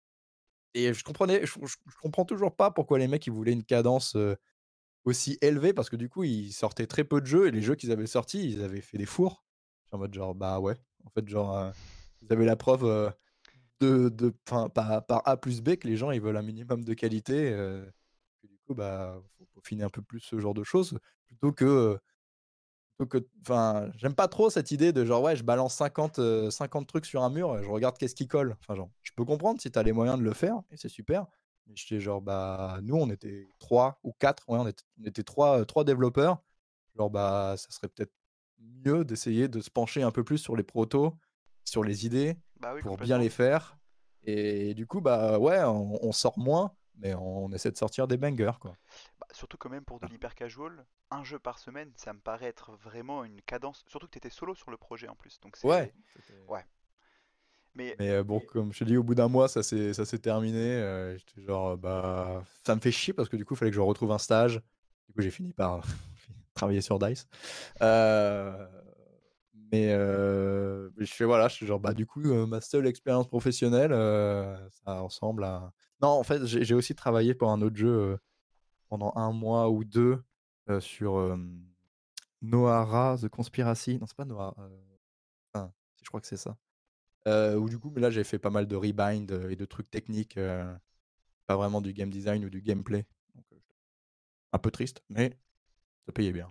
je comprends toujours pas pourquoi les mecs, ils voulaient une cadence, aussi élevée parce que du coup, ils sortaient très peu de jeux et les jeux qu'ils avaient sortis, ils avaient fait des fours. Je suis en mode genre: «Bah, ouais, en fait, genre, vous avez la preuve, de enfin, par A plus B que les gens, ils veulent un minimum de qualité, que du coup, bah, faut peaufiner un peu plus ce genre de choses plutôt que enfin, j'aime pas trop cette idée de genre, ouais, je balance 50 trucs sur un mur et je regarde qu'est-ce qui colle. Enfin, genre, je peux comprendre si tu as les moyens de le faire et c'est super, mais j'étais genre, bah, nous, on était 3 ou 4, ouais, on était 3 développeurs. Genre, bah, ça serait peut-être mieux d'essayer de se pencher un peu plus sur les protos, sur les idées
Bah oui,
pour bien les
complètement.
faire et du coup, bah, ouais, on sort moins, mais on essaie de sortir des bangers, quoi.
Bah, surtout quand même pour de
Ah.
l'hyper casual, un jeu par semaine, ça me paraît être vraiment une cadence. Surtout que tu étais solo sur le projet en plus. Donc
Ouais,
c'est. Ouais. Mais
mais bon, comme je te dis, au bout d'un mois, ça s'est terminé, j'étais genre, bah, ça me fait chier parce que du coup, il fallait que je retrouve un stage. Du coup, j'ai fini par travailler sur DICE. Heu, mais je fais voilà, je suis genre, bah, du coup, ma seule expérience professionnelle, ça ressemble à non, en fait, j'ai aussi travaillé pour un autre jeu, pendant un mois ou 2 sur, Nohara: The Conspiracy. Non, c'est pas Nohara, enfin, si, je crois que c'est ça. Où du coup, mais là, j'ai fait pas mal de rebind, et de trucs techniques, pas vraiment du game design ou du gameplay. Donc, un peu triste, mais ça payait bien.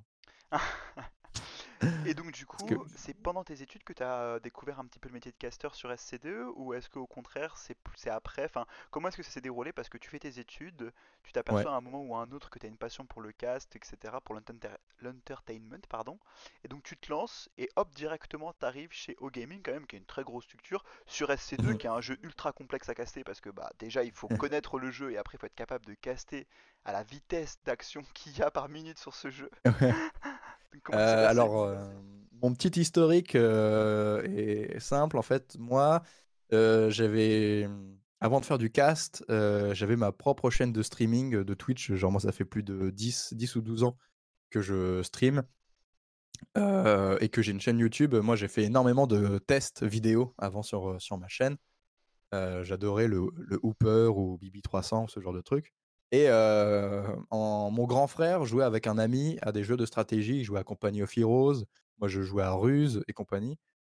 Et donc du
Parce que
coup, c'est pendant tes études que tu as découvert un petit peu le métier de caster sur SC2 ou est-ce qu'au contraire c'est après? Enfin, comment est-ce que ça s'est déroulé? Parce que tu fais tes études, tu
ouais.
t'aperçois à un moment ou à un autre que tu as une passion pour le cast, etc., pour l'entertainment, pardon, et donc tu te lances et hop, directement t'arrives chez O-Gaming quand même, qui est une très grosse structure, sur SC2, qui est un jeu ultra complexe à caster parce que bah déjà il faut connaître le jeu et après il faut être capable de caster à la vitesse d'action qu'il y a par minute sur ce jeu.
Ouais.
Donc, comment ça s'est passé?
Alors, mon petit historique, est simple. En fait, moi, avant de faire du cast, j'avais ma propre chaîne de streaming, de Twitch. Genre moi, ça fait plus de 10 ou 12 ans que je stream, et que j'ai une chaîne YouTube. Moi, j'ai fait énormément de tests vidéo avant sur ma chaîne. J'adorais le Hooper ou BB300 ce genre de truc et mon grand frère jouait avec un ami à des jeux de stratégie. Il jouait à Company of Heroes, moi je jouais à Ruse et compagnie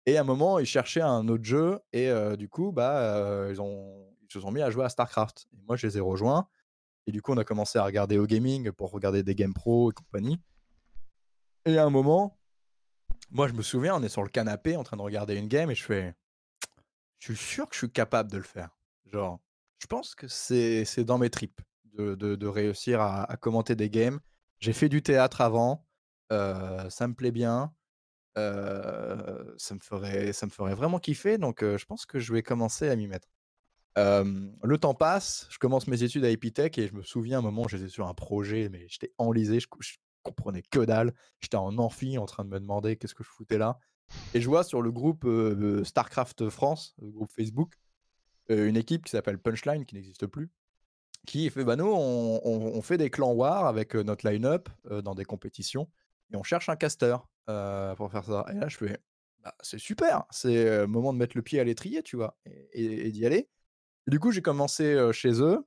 Et à un moment, ils cherchaient un autre jeu et du coup, ils se sont mis à jouer à StarCraft et moi, je les ai rejoints et du coup, on a commencé à regarder Gaming pour regarder des games pro et compagnie et à un moment, moi, je me souviens, on est sur le canapé en train de regarder une game et je fais: «Je suis sûr que je suis capable de le faire». Genre, je pense que c'est dans mes tripes de réussir à commenter des games. J'ai fait du théâtre avant, ça me plaît bien. Ça me ferait vraiment kiffer donc je pense que je vais commencer à m'y mettre. Le temps passe, je commence mes études à Epitech et je me souviens un moment où j'étais sur un projet, mais j'étais enlisé, je comprenais que dalle. J'étais en amphi en train de me demander qu'est-ce que je foutais là et je vois sur le groupe, StarCraft France, le groupe Facebook, une équipe qui s'appelle Punchline, qui n'existe plus, qui fait: «Bah, nous, on fait des clans war avec, notre line-up, dans des compétitions et on cherche un caster, pour faire ça» et là, je fais: «Bah, c'est super, c'est, le moment de mettre le pied à l'étrier», tu vois? Et d'y aller et du coup, j'ai commencé, chez eux,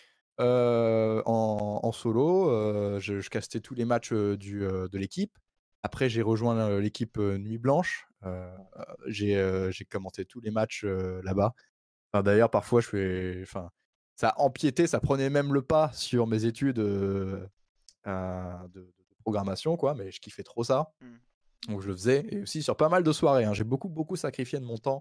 en solo, je castais tous les matchs, de l'équipe. Après, j'ai rejoint, l'équipe, Nuit Blanche, j'ai commenté tous les matchs, là-bas. Enfin, d'ailleurs, parfois, ça empiétait, ça prenait même le pas sur mes études, de programmation, quoi, mais je kiffais trop ça,
Mmh.
donc je le faisais et aussi sur pas mal de soirées, hein. J'ai beaucoup, beaucoup sacrifié de mon temps,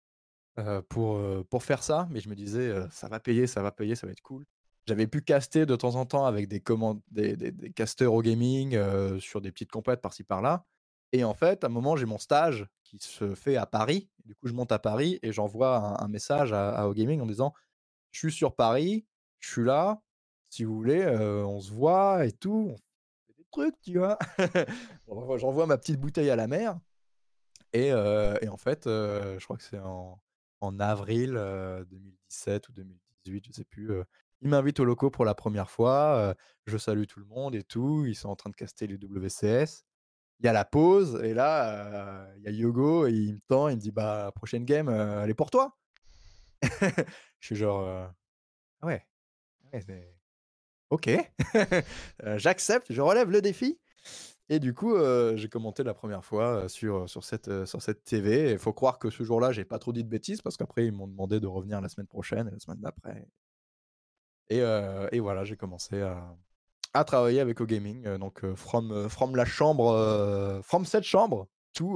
pour faire ça, mais je me disais, ça va payer, ça va être cool». J'avais pu caster de temps en temps avec des casteurs au gaming, sur des petites compètes par-ci par-là et en fait, à un moment, j'ai mon stage qui se fait à Paris. Du coup, je monte à Paris et j'envoie un message à Gaming en disant: «Je suis sur Paris, je suis là, si vous voulez, on se voit et tout, on fait des trucs», tu vois? J'envoie ma petite bouteille à la mer et en fait, je crois que c'est en avril, 2017 ou 2018, je sais plus, ils m'invitent aux locaux pour la première fois, je salue tout le monde et tout. Ils sont en train de caster les WCS. Il y a la pause et là, il y a Yogo et il me tend, il me dit: «Bah, prochaine game, elle est pour toi». Je suis genre, «Ah ouais, ouais, c'est OK, j'accepte, je relève le défi». Et du coup, j'ai commenté la première fois, sur cette TV et il faut croire que ce jour-là, j'ai pas trop dit de bêtises parce qu'après ils m'ont demandé de revenir la semaine prochaine et la semaine d'après et voilà, j'ai commencé à travailler avec Gaming, donc from la chambre, from cette chambre,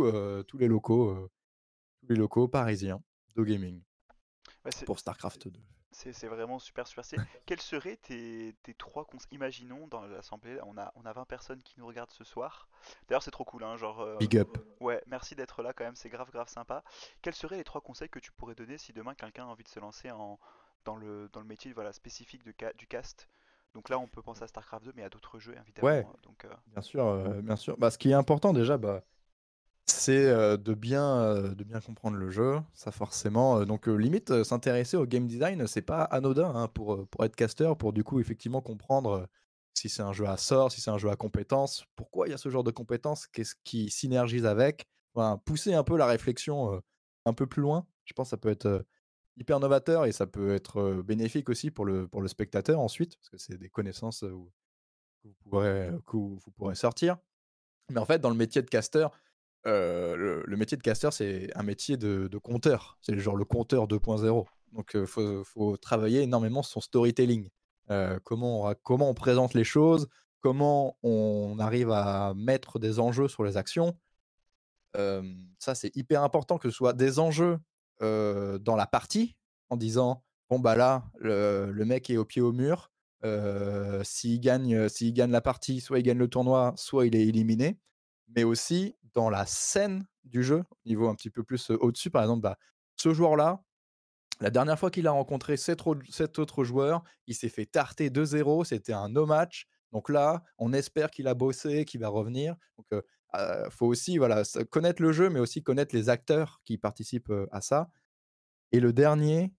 tous les locaux parisiens Gaming
Ouais,
pour StarCraft 2.
c'est vraiment super super stylé. Quels seraient tes trois conseils? Imaginons dans l'assemblée, on a 20 personnes qui nous regardent ce soir. D'ailleurs, c'est trop cool, hein, genre,
Big up.
ouais, merci d'être là quand même, c'est grave grave sympa. Quels seraient les trois conseils que tu pourrais donner si demain quelqu'un a envie de se lancer dans le métier voilà, spécifique du cast? Donc là, on peut penser à StarCraft 2, mais à d'autres jeux
Ouais,
évidemment. Donc,
bien sûr, bien sûr. Bah, ce qui est important déjà, c'est, de bien comprendre le jeu, ça forcément, donc limite, s'intéresser au game design, c'est pas anodin, hein, pour être caster, pour du coup effectivement comprendre, si c'est un jeu à sort, si c'est un jeu à compétences, pourquoi il y a ce genre de compétences, qu'est-ce qui synergise avec? Enfin, pousser un peu la réflexion, un peu plus loin. Je pense que ça peut être, hyper novateur et ça peut être, bénéfique aussi pour le spectateur ensuite, parce que c'est des connaissances, que vous pourrez sortir. Mais en fait, dans le métier de caster, le métier de caster, c'est un métier de conteur. C'est genre le conteur 2.0. Donc, faut travailler énormément sur son storytelling. Comment on présente les choses, comment on arrive à mettre des enjeux sur les actions. Ça, c'est hyper important que ce soit des enjeux, dans la partie, en disant: «Bon, bah, là, le mec est au pied au mur, s'il gagne la partie, soit il gagne le tournoi, soit il est éliminé». Mais aussi dans la scène du jeu, niveau un petit peu plus, au-dessus, par exemple, bah, ce joueur-là, la dernière fois qu'il a rencontré cet autre joueur, il s'est fait tarter 2-0, c'était un no match. Donc là, on espère qu'il a bossé, qu'il va revenir. Donc, faut aussi, voilà, connaître le jeu, mais aussi connaître les acteurs qui participent, à ça. Et le dernier,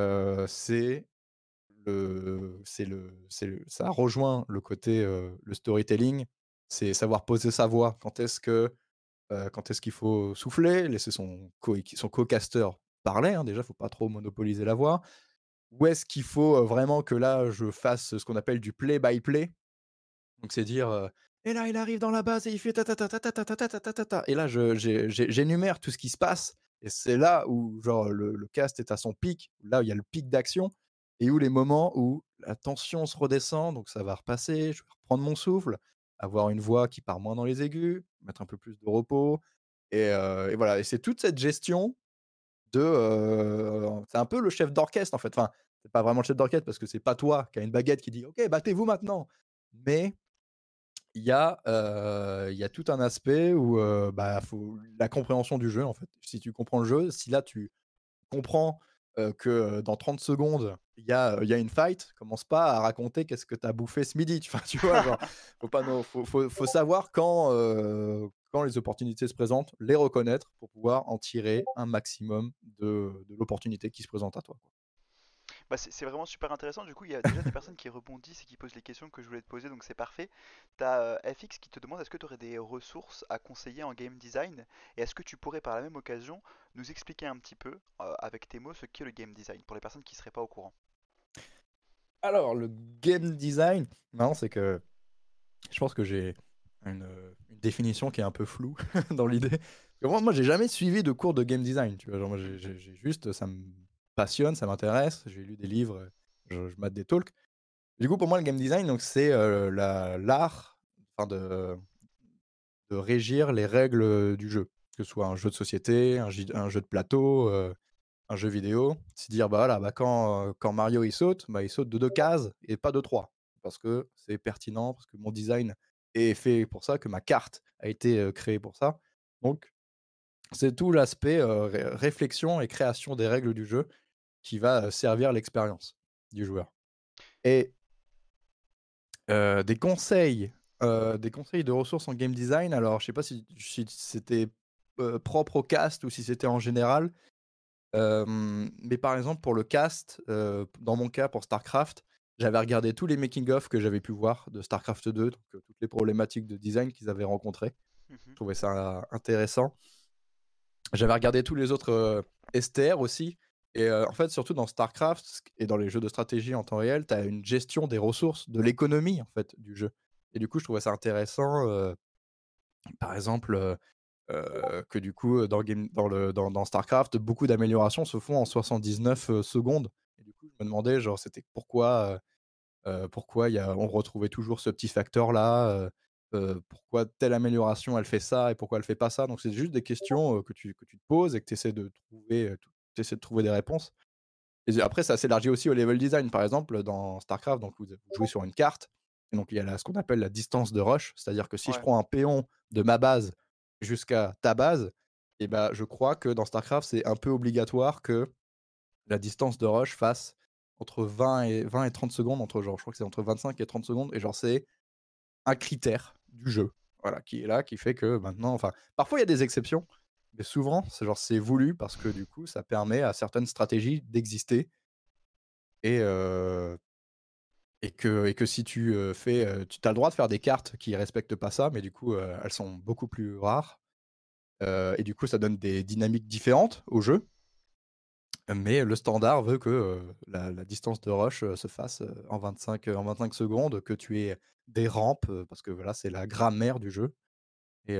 ça rejoint le côté, le storytelling, c'est savoir poser sa voix. Quand est-ce qu'il faut souffler, laisser son co-caster parler, hein, déjà, faut pas trop monopoliser la voix. Où est-ce qu'il faut, vraiment que là, je fasse ce qu'on appelle du play by play? Donc c'est dire, Et là, il arrive dans la base et il fait ta ta ta ta ta ta ta ta ta ta ta. Et là, j'énumère tout ce qui se passe. Et c'est là où, genre, le cast est à son pic. Là où il y a le pic d'action et où les moments où la tension se redescend. Donc, ça va repasser. Je vais reprendre mon souffle, avoir une voix qui part moins dans les aigus, mettre un peu plus de repos. Et voilà. Et c'est toute cette gestion c'est un peu le chef d'orchestre, en fait. Enfin, c'est pas vraiment le chef d'orchestre parce que c'est pas toi qui a une baguette qui dit OK, battez-vous maintenant. Mais il y a tout un aspect où, bah, faut la compréhension du jeu, en fait. Si tu comprends le jeu, si là tu comprends, que, dans 30 secondes, il y a une fight, commence pas à raconter qu'est-ce que tu as bouffé ce midi, tu enfin, tu vois? Genre, faut pas non faut savoir quand les opportunités se présentent, les reconnaître pour pouvoir en tirer un maximum de l'opportunité qui se présente à toi, quoi.
Bah, c'est vraiment super intéressant. Du coup, il y a déjà des personnes qui rebondissent et qui posent les questions que je voulais te poser, donc c'est parfait. T'as FX qui te demande est-ce que tu aurais des ressources à conseiller en game design et est-ce que tu pourrais par la même occasion nous expliquer un petit peu avec tes mots ce qu'est le game design pour les personnes qui seraient pas au courant.
Alors le game design, non, c'est que je pense que j'ai une définition qui est un peu floue dans l'idée. Parce que moi, j'ai jamais suivi de cours de game design, tu vois? Genre moi, j'ai juste ça me passionne, ça m'intéresse, j'ai lu des livres, je mate des talks. Du coup, pour moi, le game design, donc c'est, l'art, enfin de régir les règles, du jeu. Que ce soit un jeu de société, un jeu de plateau, un jeu vidéo. C'est dire, bah, voilà, bah, quand Mario il saute de 2 cases et pas de 3 parce que c'est pertinent, parce que mon design est fait pour ça, que ma carte a été, créée pour ça. Donc c'est tout l'aspect, réflexion et création des règles du jeu qui va, servir l'expérience du joueur. Et des conseils de ressources en game design, alors je sais pas si c'était, propre au cast ou si c'était en général. Mais par exemple pour le cast, dans mon cas pour StarCraft, j'avais regardé tous les making of que j'avais pu voir de StarCraft 2, donc toutes les problématiques de design qu'ils avaient rencontrées. Je
Mhm.
trouvais ça intéressant. J'avais regardé tous les autres, STR aussi et en fait, surtout dans StarCraft et dans les jeux de stratégie en temps réel, tu as une gestion des ressources, de l'économie, en fait, du jeu et du coup, je trouvais ça intéressant, par exemple, que du coup, dans StarCraft, beaucoup d'améliorations se font en 79, secondes et du coup, je me demandais, genre, c'était pourquoi on retrouvait toujours ce petit facteur-là, pourquoi telle amélioration, elle fait ça et pourquoi elle fait pas ça? Donc c'est juste des questions, que tu te poses et que tu essaies de trouver des réponses et après ça s'élargit aussi au level design. Par exemple, dans StarCraft, donc vous jouez sur une carte et donc il y a ce qu'on appelle la distance de rush. C'est-à-dire que si je
Ouais.
prends un péon de ma base jusqu'à ta base et ben je crois que dans StarCraft, c'est un peu obligatoire que la distance de rush fasse entre 20 et 30 secondes, entre genre, je crois que c'est entre 25 et 30 secondes, et genre, c'est un critère du jeu, voilà, qui est là, qui fait que maintenant, enfin, parfois il y a des exceptions, mais souvent, c'est genre, c'est voulu parce que du coup, ça permet à certaines stratégies d'exister et, et que si tu tu as le droit de faire des cartes qui respectent pas ça, mais du coup, elles sont beaucoup plus rares, et du coup, ça donne des dynamiques différentes au jeu. Mais le standard veut que, la distance de rush, se fasse, en 25 secondes, que tu aies des rampes, parce que voilà, c'est la grammaire du jeu et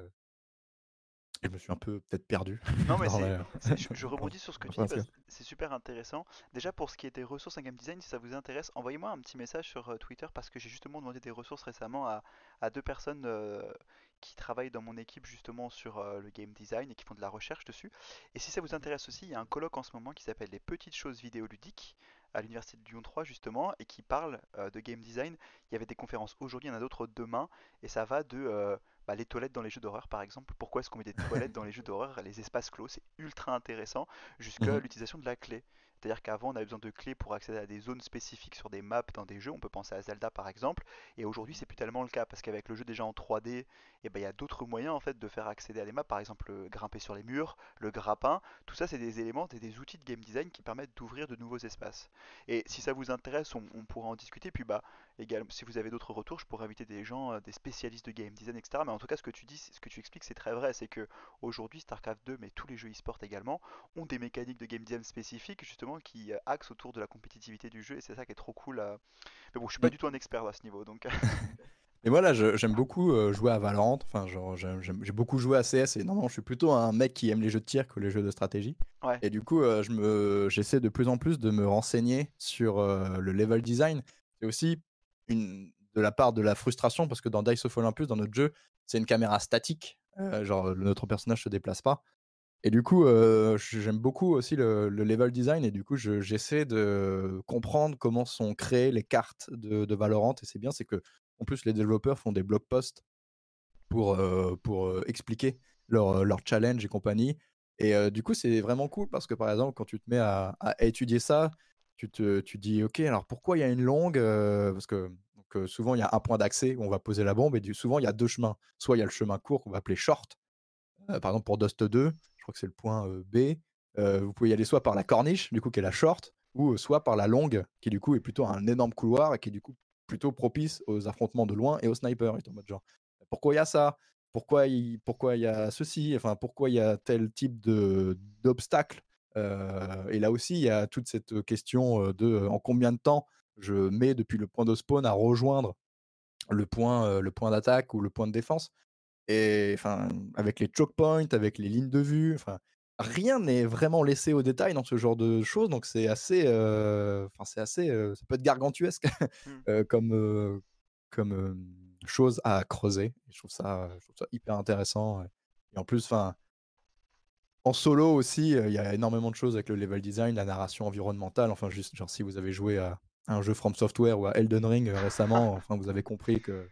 je me suis un peu peut-être perdu
Non, mais
dans la
je
dans
rebondis sur ce que
dans
tu dis
l'information.
parce que c'est super intéressant. Déjà, pour ce qui est des ressources en game design, si ça vous intéresse, envoyez-moi un petit message sur Twitter parce que j'ai justement demandé des ressources récemment à deux personnes qui travaillent dans mon équipe justement sur le game design et qui font de la recherche dessus. Et si ça vous intéresse aussi, il y a un colloque en ce moment qui s'appelle Les petites choses vidéoludiques à l'université de Lyon 3 justement et qui parle de game design. Il y avait des conférences aujourd'hui, il y en a d'autres demain et ça va de bah, les toilettes dans les jeux d'horreur par exemple. Pourquoi est-ce qu'on met des toilettes dans les jeux d'horreur, les espaces clos, c'est ultra intéressant, jusqu'à
Mmh.
l'utilisation de la clé. C'est-à-dire qu'avant on avait besoin de clés pour accéder à des zones spécifiques sur des maps dans des jeux, on peut penser à Zelda par exemple, et aujourd'hui c'est plus tellement le cas parce qu'avec le jeu déjà en 3D, et ben, il y a d'autres moyens en fait de faire accéder à des maps, par exemple grimper sur les murs, le grappin, tout ça c'est des éléments et des outils de game design qui permettent d'ouvrir de nouveaux espaces. Et si ça vous intéresse, on pourra en discuter, puis bah également si vous avez d'autres retours, je pourrais inviter des gens, des spécialistes de game design, etc. Mais en tout cas, ce que tu dis, ce que tu expliques, c'est très vrai. C'est que aujourd'hui, StarCraft 2, mais tous les jeux e-sport également, ont des mécaniques de game design spécifiques, justement, qui axent autour de la compétitivité du jeu. Et c'est ça qui est trop cool. Mais bon, je suis pas
Mmh.
du tout un expert à ce niveau, donc.
Et moi là, j'aime beaucoup jouer à Valorant. Enfin, genre, j'ai beaucoup joué à CS et normalement, je suis plutôt un mec qui aime les jeux de tir que les jeux de stratégie.
Ouais.
Et du coup, j'essaie de plus en plus de me renseigner sur le level design. C'est aussi de la part de la frustration parce que dans Dice of Olympus, dans notre jeu, c'est une caméra statique. Genre, notre personnage se déplace pas. Et du coup, j'aime beaucoup aussi le level design et du coup, j'essaie de comprendre comment sont créées les cartes de Valorant. Et c'est bien, c'est que en plus, les développeurs font des blog posts pour expliquer leur challenge et compagnie. Et du coup, c'est vraiment cool parce que par exemple, quand tu te mets à étudier ça, tu dis, ok, alors pourquoi il y a une longue parce que donc, souvent, il y a un point d'accès où on va poser la bombe et souvent, il y a deux chemins. Soit il y a le chemin court qu'on va appeler short, par exemple pour Dust 2, je crois que c'est le point B. Vous pouvez y aller soit par la corniche, du coup, qui est la short, ou soit par la longue, qui du coup est plutôt un énorme couloir et qui est du coup plutôt propice aux affrontements de loin et aux snipers. Et en mode genre, pourquoi il y a ça? Pourquoi il y a ceci? Enfin, pourquoi il y a tel type d'obstacle? Et là aussi, il y a toute cette question de en combien de temps je mets depuis le point de spawn à rejoindre le point d'attaque ou le point de défense. Et enfin, avec les choke points, avec les lignes de vue, enfin, rien n'est vraiment laissé au détail dans ce genre de choses. Donc c'est assez, enfin c'est assez, ça peut être gargantuesque
Hmm.
comme chose à creuser. Et je trouve ça hyper intéressant. Et en plus, enfin, en solo aussi, il y a énormément de choses avec le level design, la narration environnementale. Enfin, juste genre si vous avez joué à un jeu From Software ou à Elden Ring récemment, enfin vous avez compris que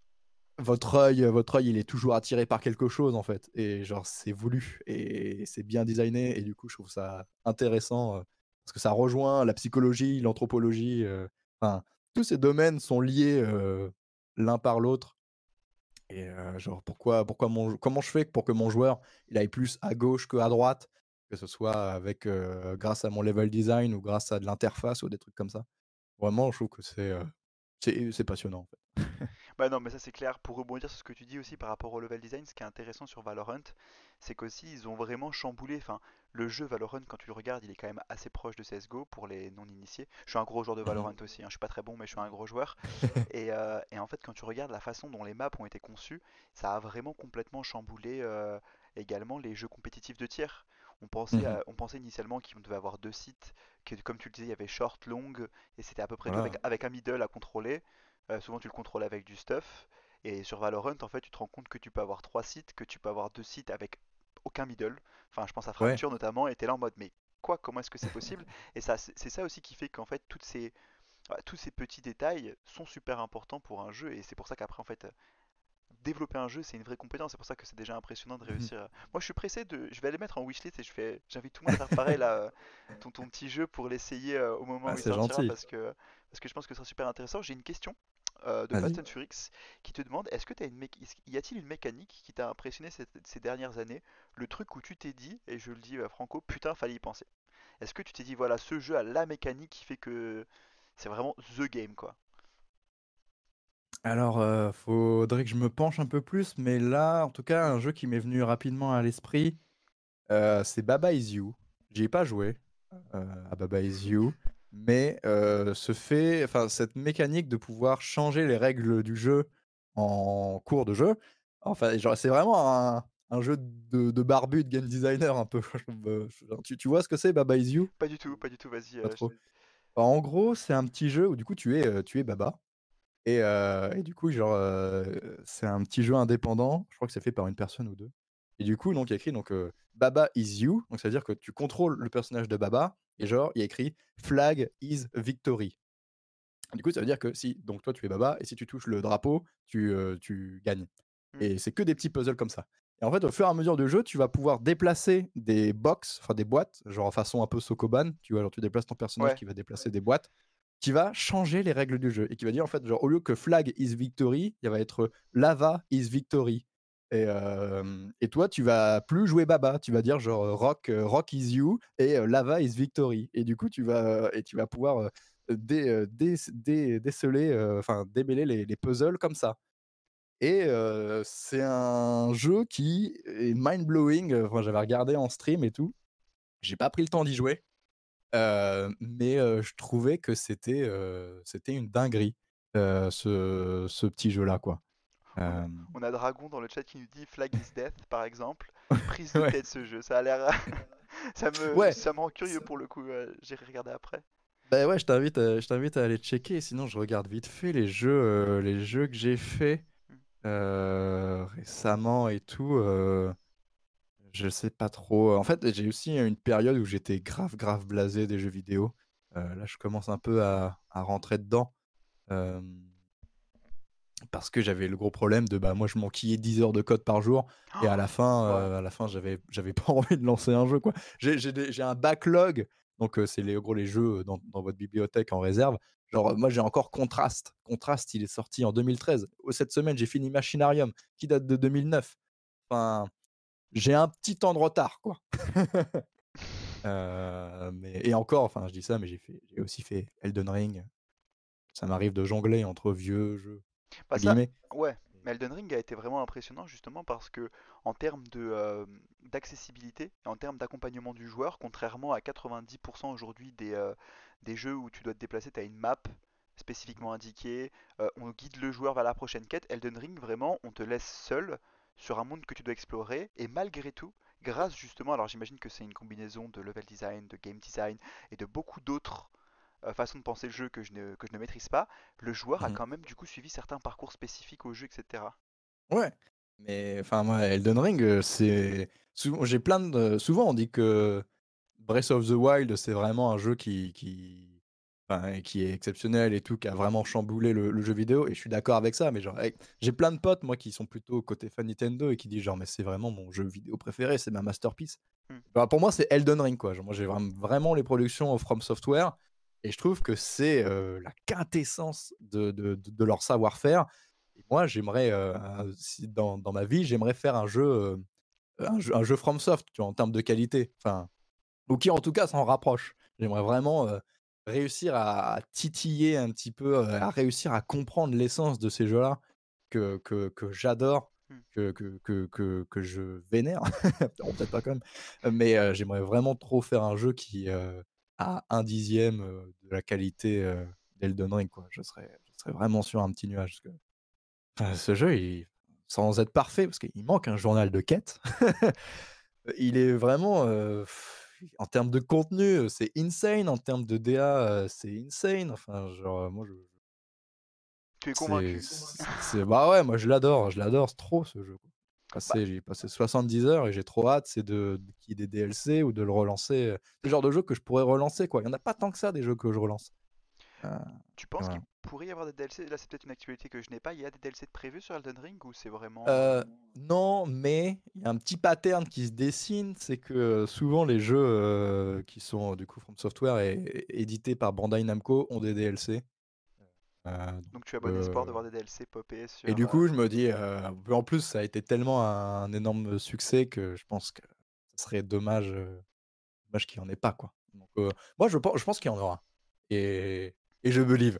votre œil, il est toujours attiré par quelque chose en fait, et genre c'est voulu et c'est bien designé et du coup je trouve ça intéressant parce que ça rejoint la psychologie, l'anthropologie, enfin tous ces domaines sont liés l'un par l'autre et genre comment je fais pour que mon joueur il aille plus à gauche que à droite, que ce soit avec grâce à mon level design ou grâce à de l'interface ou des trucs comme ça. Vraiment, je trouve que c'est passionnant en fait.
Bah non, mais ça c'est clair. Pour rebondir sur ce que tu dis aussi par rapport au level design, ce qui est intéressant sur Valorant, c'est qu'aussi ils ont vraiment chamboulé. Enfin, le jeu Valorant, quand tu le regardes, il est quand même assez proche de CS:GO pour les non-initiés. Je suis un gros joueur de
Mhm.
Valorant aussi, hein. Je suis pas très bon, mais je suis un gros joueur. Et en fait, quand tu regardes la façon dont les maps ont été conçues, ça a vraiment complètement chamboulé également les jeux compétitifs de tir.
Mhm.
On pensait initialement qu'on devait avoir deux sites, que comme tu le disais, il y avait short, long, et c'était à peu près tout
Voilà.
avec un middle à contrôler. Souvent tu le contrôles avec du stuff. Et sur Valorant, en fait, tu te rends compte que tu peux avoir trois sites, que tu peux avoir deux sites avec aucun middle. Enfin, je pense à
Ouais.
Fracture notamment, et t'es là en mode, mais quoi, comment est-ce que c'est possible? Et ça, c'est ça aussi qui fait qu'en fait, tous ces petits détails sont super importants pour un jeu, et c'est pour ça qu'après, en fait, développer un jeu, c'est une vraie compétence. C'est pour ça que c'est déjà impressionnant de
Mhm.
réussir. Moi, je suis pressé de. Je vais aller mettre en wishlist et j'invite tout le monde à faire pareil là, ton petit jeu pour l'essayer au moment
Ah,
où il
c'est
sortira
gentil.
parce que je pense que ce sera super intéressant. J'ai une question de Fast
Vas-y.
and Furious qui te demande est-ce que y a-t-il une mécanique qui t'a impressionné ces dernières années, le truc où tu t'es dit, et je le dis Franco, putain, fallait y penser. Est-ce que tu t'es dit voilà, ce jeu a la mécanique qui fait que c'est vraiment the game quoi.
Alors, faudrait que je me penche un peu plus, mais là, en tout cas, un jeu qui m'est venu rapidement à l'esprit, c'est Baba Is You. J'y ai pas joué à Baba Is You, mais enfin, cette mécanique de pouvoir changer les règles du jeu en cours de jeu, enfin, genre, c'est vraiment un jeu de barbu de game designer un peu. Tu vois ce que c'est Baba Is You?
Pas du tout, vas-y.
Pas trop. En gros, c'est un petit jeu où du coup tu es Baba. Et du coup, genre, c'est un petit jeu indépendant. Je crois que c'est fait par une personne ou deux. Et du coup, donc, il y a écrit donc, Baba is you. Donc, ça veut dire que tu contrôles le personnage de Baba. Et genre, il y a écrit Flag is victory. Du coup, ça veut dire que si donc toi, tu es Baba, et si tu touches le drapeau, tu gagnes.
Hmm.
Et c'est que des petits puzzles comme ça. Et en fait, au fur et à mesure du jeu, tu vas pouvoir déplacer des box, enfin des boîtes, genre en façon un peu Sokoban. Tu vois, genre tu déplaces ton personnage
Ouais.
qui va déplacer des boîtes qui va changer les règles du jeu et qui va dire en fait genre au lieu que flag is victory, il va être lava is victory. Et toi tu vas plus jouer Baba, tu vas dire genre rock is you et lava is victory. Et du coup tu vas pouvoir déceler, enfin démêler les puzzles comme ça. Et c'est un jeu qui est mind blowing. Enfin, j'avais regardé en stream et tout. J'ai pas pris le temps d'y jouer, mais je trouvais que c'était une dinguerie. ce petit jeu-là, quoi.
On a,
Euh,
on a Dragon dans le chat qui nous dit Flag is Death, par exemple. Prise de
Ouais,
tête ce jeu, ça a l'air.
ouais,
Ça me rend curieux
ça-
pour le coup, j'irai regarder après.
bah ouais, je t'invite à aller checker. Sinon, je regarde vite fait les jeux que j'ai fait
Hmm.
récemment et tout. Je sais pas trop. En fait, j'ai aussi une période où j'étais grave blasé des jeux vidéo. Là, je commence un peu à rentrer dedans. Euh, Parce que j'avais le gros problème de bah moi je m'enquillais 10 heures de code par jour et
Ouais.
à la fin j'avais pas envie de lancer un jeu quoi. J'ai un backlog donc c'est les jeux dans votre bibliothèque en réserve. Genre moi j'ai encore Contrast. Contrast il est sorti en 2013. Cette semaine j'ai fini Machinarium qui date de 2009. Enfin j'ai un petit temps de retard quoi. Et encore enfin je dis ça mais j'ai aussi fait Elden Ring. Ça m'arrive de jongler entre vieux jeux
Bah
entre
ça,
guillemets.
ouais. Mais Elden Ring a été vraiment impressionnant justement parce que en termes d'accessibilité et en termes d'accompagnement du joueur, contrairement à 90% aujourd'hui des jeux où tu dois te déplacer, tu as une map spécifiquement indiquée, on guide le joueur vers la prochaine quête. Elden Ring, vraiment, on te laisse seul sur un monde que tu dois explorer et malgré tout, grâce justement, alors j'imagine que c'est une combinaison de level design, de game design et de beaucoup d'autres façon de penser le jeu que je ne maîtrise pas, le joueur a
Mhm.
quand même du coup suivi certains parcours spécifiques au jeu, etc.
Ouais, mais enfin moi Elden Ring c'est souvent j'ai plein de souvent on dit que Breath of the Wild c'est vraiment un jeu enfin, qui est exceptionnel et tout qui a vraiment chamboulé le jeu vidéo et je suis d'accord avec ça mais genre j'ai plein de potes moi qui sont plutôt côté fan Nintendo et qui disent genre mais c'est vraiment mon jeu vidéo préféré, c'est ma masterpiece.
Hmm.
Bah, pour moi c'est Elden Ring quoi. Genre, moi j'ai vraiment les productions From Software et je trouve que c'est la quintessence de leur savoir-faire. Et moi, j'aimerais, dans ma vie, j'aimerais faire un jeu FromSoft, tu vois, en termes de qualité. Enfin, ou qui en tout cas s'en rapproche. J'aimerais vraiment réussir à titiller un petit peu, à réussir à comprendre l'essence de ces jeux-là que j'adore,
Hmm.
que je vénère. Non, peut-être pas quand même. Mais j'aimerais vraiment trop faire un jeu qui a un dixième de la qualité d'Elden Ring. Quoi. Je serais vraiment sur un petit nuage. Parce que enfin, ce jeu, sans être parfait, parce qu'il manque un journal de quête, il est vraiment, en termes de contenu, c'est insane. En termes de DA, c'est insane. Enfin, genre, moi,
Tu es convaincu.
bah ouais, moi, je l'adore, c'est trop ce jeu. Quoi.
Bah,
J'ai passé 70 heures et j'ai trop hâte, c'est qu'il y ait des DLC ou de le relancer. C'est le genre de jeu que je pourrais relancer, quoi. Il n'y en a pas tant que ça, des jeux que je relance. Euh,
tu penses qu'il
voilà.
pourrait y avoir des DLC? Là, c'est peut-être une actualité que je n'ai pas. Il y a des DLC de prévus sur Elden Ring ou c'est vraiment.
Non, mais il y a un petit pattern qui se dessine, c'est que souvent les jeux qui sont du coup From Software et édités par Bandai Namco ont des DLC.
Donc tu as bon espoir de voir des DLC popper
Et
sur.
du coup, je me dis, en plus, ça a été tellement un énorme succès que je pense que ce serait dommage qu'il n'y en ait pas, quoi. Donc, moi, je pense qu'il y en aura. Et je believe.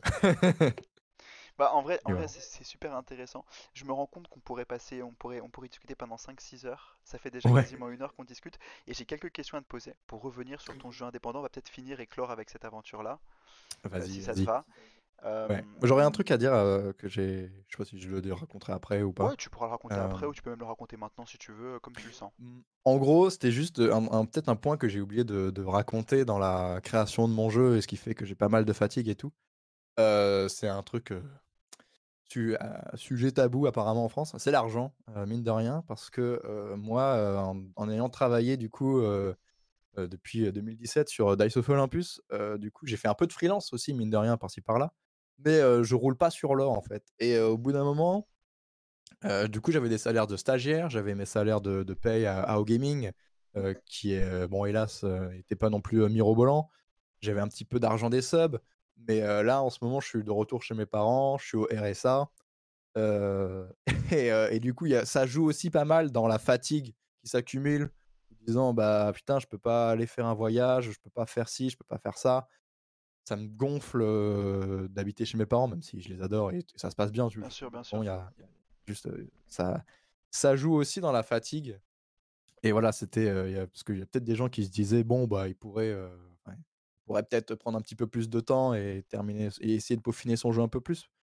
Bah
Et
en vrai
voilà.
c'est super intéressant. Je me rends compte qu'on pourrait passer, on pourrait discuter pendant 5 6 heures. Ça fait déjà
Ouais,
quasiment 1 heure qu'on discute. Et j'ai quelques questions à te poser pour revenir sur ton jeu indépendant. On va peut-être finir et clore avec cette aventure-là, si
vas-y,
ça te
vas-y.
va.
Ouais.
Euh,
J'aurais un truc à dire je sais pas si je le raconterai après ou
ouais,
pas.
tu pourras le raconter
Euh,
après ou tu peux même le raconter maintenant si tu veux, comme tu le sens.
En gros, c'était juste peut-être un point que j'ai oublié de raconter dans la création de mon jeu et ce qui fait que j'ai pas mal de fatigue et tout. C'est un truc sujet tabou apparemment en France, c'est l'argent, mine de rien, parce que moi, en ayant travaillé du coup depuis 2017 sur Dice of Olympus, du coup j'ai fait un peu de freelance aussi, mine de rien, par-ci par-là, mais je roule pas sur l'or en fait. Et au bout d'un moment, du coup j'avais des salaires de stagiaire, j'avais mes salaires de paye à AO Gaming, qui est, bon hélas, n'était pas non plus mirobolant. J'avais un petit peu d'argent des subs, mais là en ce moment je suis de retour chez mes parents, je suis au RSA. Heu et du coup, ça joue aussi pas mal dans la fatigue qui s'accumule, en disant: «Bah, putain, je peux pas aller faire un voyage, je peux pas faire ci, je peux pas faire ça». Ça me gonfle, d'habiter chez mes parents, même si je les adore et ça se passe bien,
Bien sûr, bien
bon,
sûr.
il y a juste, ça joue aussi dans la fatigue et voilà, c'était, parce qu'il y a peut-être des gens qui se disaient: «Bon, bah, il pourrait peut-être prendre un petit peu plus de temps et terminer et essayer de peaufiner son jeu un peu plus».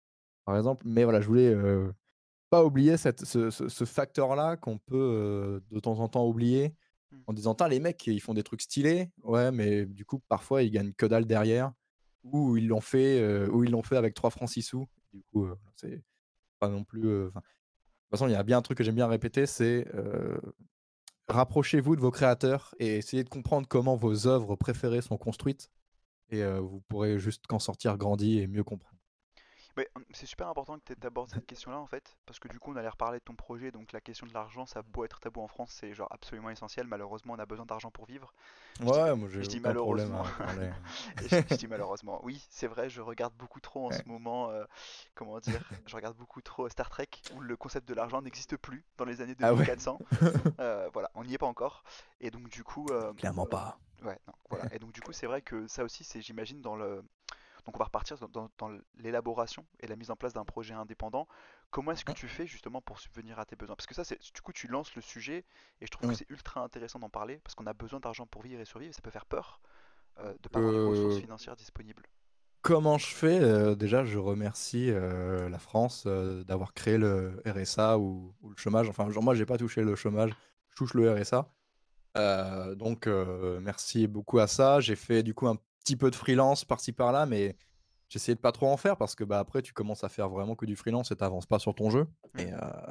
par exemple. Mais voilà, je voulais pas oublier ce facteur-là qu'on peut de temps en temps oublier
Mm.
en disant: «Tain, les mecs, ils font des trucs stylés». Ouais, mais du coup, parfois, ils gagnent que dalle derrière ou ils l'ont fait avec 3 francs 6 sous. Du coup, c'est pas non plus, enfin, de toute façon, il y a bien un truc que j'aime bien répéter, c'est, rapprochez-vous de vos créateurs et essayez de comprendre comment vos œuvres préférées sont construites et vous pourrez juste qu'en sortir grandi et mieux comprendre.
Mais c'est super important que tu abordes cette question-là en fait, parce que du coup on allait reparler de ton projet, donc la question de l'argent, ça a beau être tabou en France, c'est genre absolument essentiel. Malheureusement, on a besoin d'argent pour vivre. Je dis,
Ouais, moi, j'ai
je dis
aucun problème
malheureusement.
à en parler.
Et je dis malheureusement. Oui, c'est vrai, je regarde beaucoup trop en ce
Ouais.
moment, comment dire, je regarde beaucoup trop Star Trek, où le concept de l'argent n'existe plus dans les années
Ah ouais?
2400. Voilà, on n'y est pas encore. Et donc du coup,
Clairement pas.
ouais, non, voilà. Et donc du coup, c'est vrai que ça aussi, c'est, j'imagine, dans le donc on va repartir dans l'élaboration et la mise en place d'un projet indépendant. Comment est-ce que
Mmh,
tu fais justement pour subvenir à tes besoins? Parce que ça, c'est, du coup, tu lances le sujet et je trouve que
mmh.
c'est ultra intéressant d'en parler parce qu'on a besoin d'argent pour vivre et survivre et ça peut faire peur de ne pas avoir les ressources
Heu,
financières disponibles.
Comment je fais? Déjà, je remercie, la France, d'avoir créé le RSA ou le chômage. Enfin, genre, moi, j'ai pas touché le chômage, je touche le RSA. Donc merci beaucoup à ça. J'ai fait, du coup, un petit peu de freelance par-ci par-là, mais j'essayais de pas trop en faire parce que, bah, après, tu commences à faire vraiment que du freelance et tu avances pas sur ton jeu
Hmm.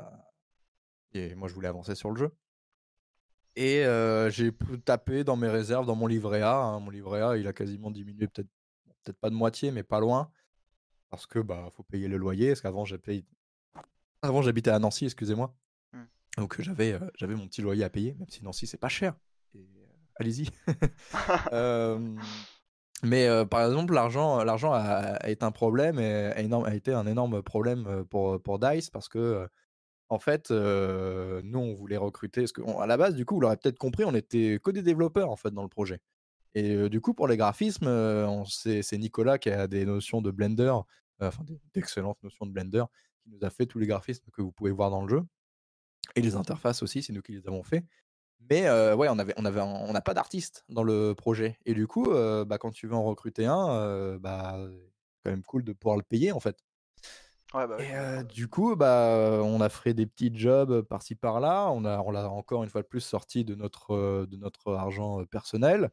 et moi, je voulais avancer sur le jeu et j'ai tapé dans mes réserves, dans mon livret A, hein. Mon livret A, il a quasiment diminué, peut-être pas de moitié, mais pas loin. Parce que, bah, faut payer le loyer, parce qu'avant avant j'habitais à Nancy, excusez-moi,
Hmm.
donc j'avais mon petit loyer à payer, même si Nancy c'est pas cher et allez-y. Hem, mais par exemple l'argent a été un problème et a été un énorme problème, pour DICE parce que, en fait, nous on voulait recruter parce qu'à la base du coup, vous l'aurez peut-être compris, on était que des développeurs en fait dans le projet et du coup pour les graphismes, c'est Nicolas qui a des notions de Blender, enfin d'excellentes notions de Blender, qui nous a fait tous les graphismes que vous pouvez voir dans le jeu et les interfaces aussi, c'est nous qui les avons fait. Mais ouais, on n'a pas d'artiste dans le projet et du coup, bah, quand tu veux en recruter un, bah, c'est quand même cool de pouvoir le payer, en fait.
Ouais, bah oui,
Et
complètement.
du coup, bah, on a fait des petits jobs par-ci par-là. On l'a encore une fois de plus sorti de notre argent, personnel.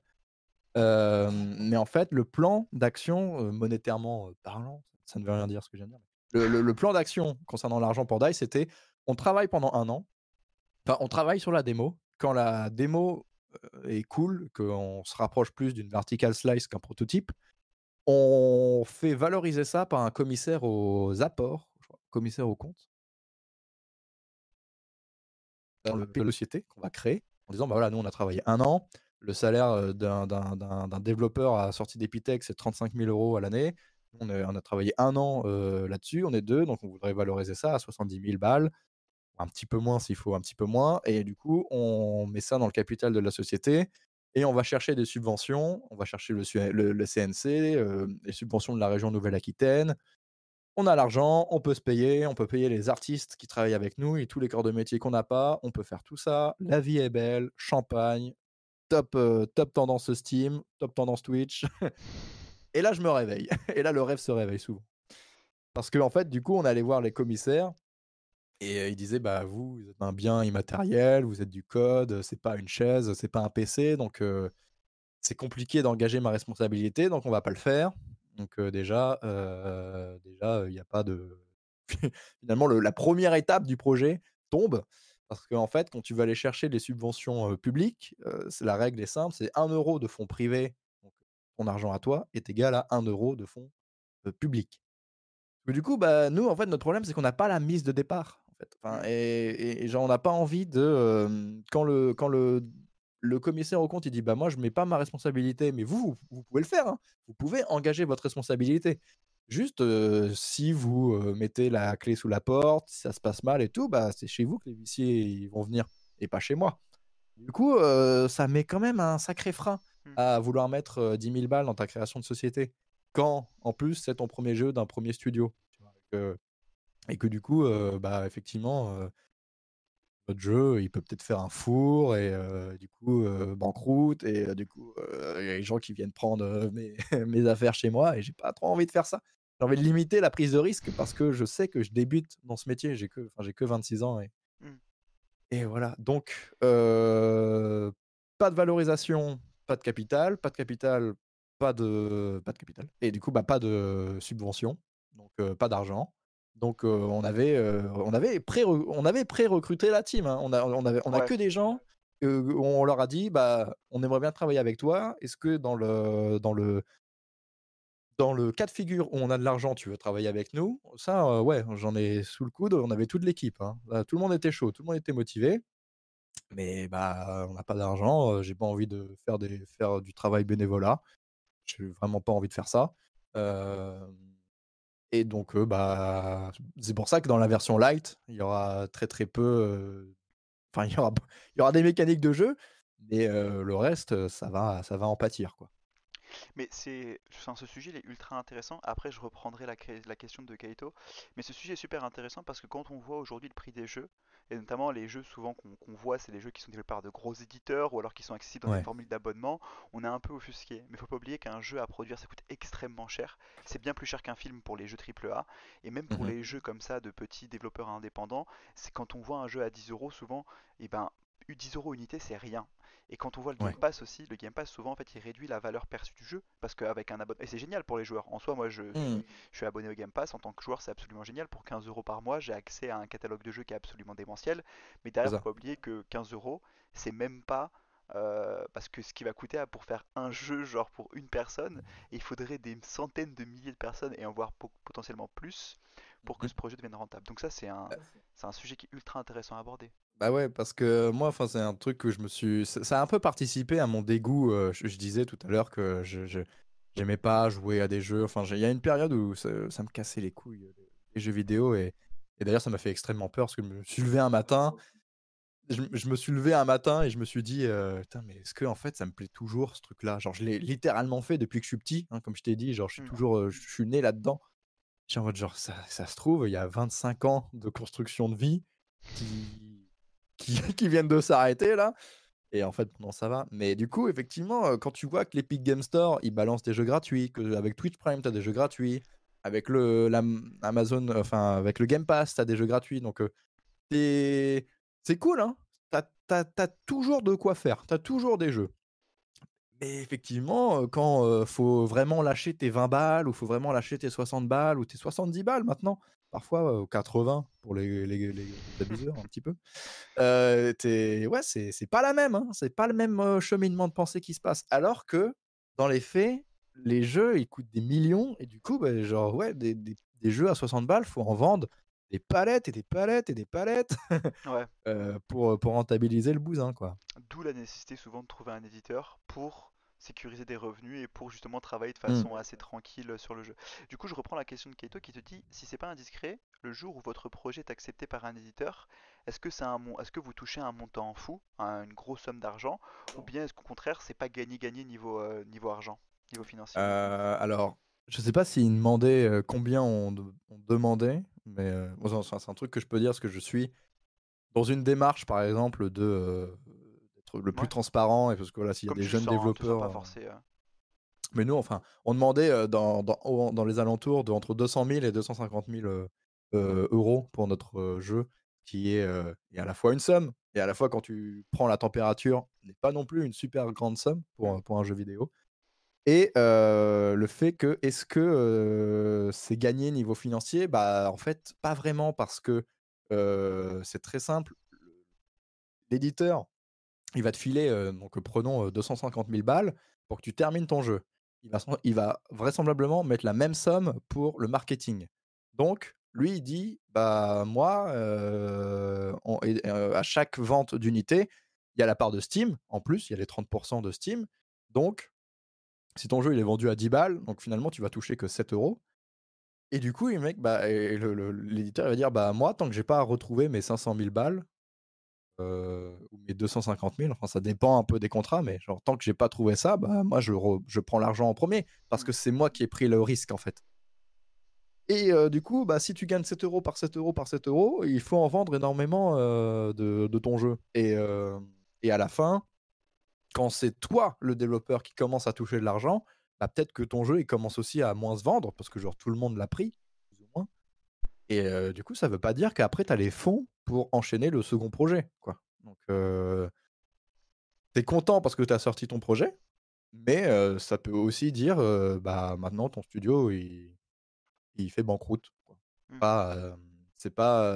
Mais en fait, le plan d'action, monétairement, parlant, ça ne veut rien dire ce que je viens de dire. Le plan d'action concernant l'argent pour DICE, c'était: on travaille pendant 1 an, enfin, on travaille sur la démo. Quand la démo, est cool, qu'on se rapproche plus d'une vertical slice qu'un prototype, on fait valoriser ça par un commissaire aux apports, je crois, commissaire aux comptes, dans le de la société qu'on va créer, en disant: «Bah, voilà, nous, on a travaillé 1 an, le salaire, d'un développeur à sortie d'Epitech, c'est 35 000 € à l'année. Nous, on a travaillé 1 an, là-dessus, on est 2, donc on voudrait valoriser ça à 70 000 balles, un petit peu moins s'il faut un petit peu moins et du coup, on met ça dans le capital de la société et on va chercher des subventions. On va chercher le CNC, les subventions de la région Nouvelle-Aquitaine. On a l'argent, on peut se payer, on peut payer les artistes qui travaillent avec nous et tous les corps de métier qu'on n'a pas. On peut faire tout ça. La vie est belle, champagne, top tendance Steam, top tendance Twitch et là, je me réveille et là, le rêve se réveille souvent. Parce qu'en fait, du coup, on allait voir les commissaires et il disait: «Bah, vous êtes un bien immatériel, vous êtes du code, c'est pas une chaise, c'est pas un PC, donc c'est compliqué d'engager ma responsabilité, donc on va pas le faire». Donc déjà, il y a pas de finalement le la première étape du projet tombe parce qu'en fait, quand tu vas aller chercher des subventions, publiques, c'est la règle est simple, c'est 1 € de fonds privés, donc ton argent à toi est égal à 1 € de fonds, publics. Mais du coup, bah, nous, en fait, notre problème, c'est qu'on n'a pas la mise de départ, en fait. Enfin,
Hmm.
et genre, on n'a pas envie de, quand le commissaire aux comptes, il dit: «Bah, moi, je mets pas ma responsabilité», mais vous pouvez le faire, hein. Vous pouvez engager votre responsabilité. Juste, si vous, mettez la clé sous la porte, si ça se passe mal et tout, bah, c'est chez vous que les huissiers, ils vont venir et pas chez moi. Du coup, ça met quand même un sacré frein
Hmm.
à vouloir mettre, 10 000 balles dans ta création de société. Quand, en plus, c'est ton premier jeu d'un premier studio, tu vois? Et que du coup, bah, effectivement, notre jeu, il peut peut-être faire un four et du coup, banqueroute et du coup, il y a les gens qui viennent prendre, mes mes affaires chez moi et j'ai pas trop envie de faire ça. j'ai envie de limiter la prise de risque parce que je sais que je débute dans ce métier. J'ai que 26 ans
Hmm.
et voilà. Donc, pas de valorisation, pas de capital, pas de capital. Et du coup, bah, pas de subvention, donc pas d'argent. Donc, on avait pré-recruté la team, hein. On a
Ouais.
que des gens. On leur a dit, bah, on aimerait bien travailler avec toi. Est-ce que dans le cas de figure où on a de l'argent, tu veux travailler avec nous? Ça, ouais, j'en ai sous le coude. On avait toute l'équipe, hein. Là, tout le monde était chaud, tout le monde était motivé. Mais bah, on n'a pas d'argent, j'ai pas envie de faire du travail bénévolat. J'ai vraiment pas envie de faire ça. Hem et donc bah, c'est pour ça que dans la version light, il y aura très, très peu, enfin, il y aura des mécaniques de jeu, mais le reste, ça va en pâtir, quoi.
Mais enfin, ce sujet il est ultra intéressant. Après, je reprendrai la question de Kaito. Mais ce sujet est super intéressant parce que quand on voit aujourd'hui le prix des jeux, et notamment les jeux souvent qu'on voit, c'est les jeux qui sont développés par de gros éditeurs ou alors qui sont accessibles dans des
Ouais.
formules d'abonnement, on est un peu offusqué. Mais faut pas oublier qu'un jeu à produire ça coûte extrêmement cher. C'est bien plus cher qu'un film pour les jeux AAA. Et même pour
Mmh.
les jeux comme ça de petits développeurs indépendants, c'est quand on voit un jeu à 10 euros, souvent, et ben 10 euros unité, c'est rien. Et quand on voit le Game
Ouais.
Pass aussi, le Game Pass souvent en fait il réduit la valeur perçue du jeu parce qu'avec un abonnement, et c'est génial pour les joueurs. En soi, moi
Mmh.
je suis abonné au Game Pass en tant que joueur, c'est absolument génial. Pour 15 euros par mois, j'ai accès à un catalogue de jeux qui est absolument démentiel. Mais
C'est
derrière, faut
ça.
pas oublier que 15 euros, c'est même pas parce que ce qui va coûter pour faire un jeu, genre pour une personne, il faudrait des centaines de milliers de personnes et en voir potentiellement plus pour que
Mmh.
ce projet devienne rentable. Donc ça, c'est un sujet qui est ultra intéressant à aborder.
Bah ouais, parce que moi, enfin, c'est un truc que je me suis. Ça a un peu participé à mon dégoût. Je disais tout à l'heure que j'aimais pas jouer à des jeux. Enfin, il y a une période où ça me cassait les couilles, les jeux vidéo. Et d'ailleurs, ça m'a fait extrêmement peur parce que je me suis levé un matin. Je me suis levé un matin et je me suis dit, putain, mais est-ce que en fait, ça me plaît toujours ce truc-là? Genre, je l'ai littéralement fait depuis que je suis petit, hein, comme je t'ai dit. Genre,
Hmm.
je suis né là-dedans. J'ai en mode, genre, ça se trouve, il y a 25 ans de construction de vie qui, qui viennent de s'arrêter là. Et en fait, non, ça va. Mais du coup, effectivement, quand tu vois que l'Epic Game Store, ils balancent des jeux gratuits, qu'avec Twitch Prime, tu as des jeux gratuits, avec Amazon, enfin, avec le Game Pass, tu as des jeux gratuits. Donc, c'est c'est cool, hein. T'as toujours de quoi faire. T'as toujours des jeux. Mais effectivement, quand, faut vraiment lâcher tes 20 balles ou faut vraiment lâcher tes 60 balles ou tes 70 balles maintenant, parfois, 80 pour les abuseurs un petit peu. Tu Ouais, c'est pas la même, hein, c'est pas le même, cheminement de pensée qui se passe. Alors que, dans les faits, les jeux, ils coûtent des millions et du coup, bah, genre, ouais, des jeux à 60 balles, faut en vendre des palettes et des palettes et des palettes,
Ouais.
pour rentabiliser le bousin, quoi.
D'où la nécessité souvent de trouver un éditeur pour sécuriser des revenus et pour justement travailler de
Mmh.
façon assez tranquille sur le jeu. Du coup, je reprends la question de Kaito qui te dit, si c'est pas indiscret, le jour où votre projet est accepté par un éditeur, est-ce que vous touchez un montant fou, une grosse somme d'argent, ou bien est-ce qu'au contraire, c'est pas gagné-gagné niveau argent, niveau financier?
Alors, je sais pas s'ils demandaient, combien on demandait, mais bon, c'est un truc que je peux dire parce que je suis dans une démarche, par exemple, d'être le plus
Ouais,
transparent et parce que, voilà, s'il y a
comme
des
tu le
jeunes
sens, hein, te sens
développeurs,
pas forcé.
mais nous, enfin, on demandait, dans les alentours de entre 200 000 et 250 000 euros pour notre, jeu qui est à la fois une somme et à la fois quand tu prends la température, n'est pas non plus une super grande somme
Hmm.
pour un jeu vidéo. Et le fait que est-ce que, c'est gagné niveau financier? Bah, en fait, pas vraiment parce que, c'est très simple. L'éditeur, il va te filer, donc prenons, 250 000 balles pour que tu termines ton jeu. Il va vraisemblablement mettre la même somme pour le marketing. Donc lui, il dit: «Bah, moi, à chaque vente d'unité, il y a la part de Steam, en plus, il y a les 30 de Steam. Donc si ton jeu il est vendu à 10 balles, donc finalement tu vas toucher que 7 euros. Et du coup, le mec, bah, et l'éditeur il va dire: «Bah, moi, tant que j'ai pas retrouvé mes 500 000 balles, ou mes 250 000, enfin ça dépend un peu des contrats, mais genre tant que j'ai pas trouvé ça, bah, moi je prends l'argent en premier parce
Hmm.
que c'est moi qui ai pris le risque, en fait». Et du coup, bah, si tu gagnes 7 euros par 7 euros par 7 euros, il faut en vendre énormément, de ton jeu. Et à la fin, quand c'est toi le développeur qui commence à toucher de l'argent, bah, peut-être que ton jeu il commence aussi à moins se vendre parce que genre tout le monde l'a pris, plus ou moins. Et du coup, ça veut pas dire qu'après tu as les fonds pour enchaîner le second projet, quoi. Donc tu es content parce que tu as sorti ton projet, mais ça peut aussi dire bah maintenant ton studio il fait banqueroute, quoi.
Mhm.
Pas, c'est pas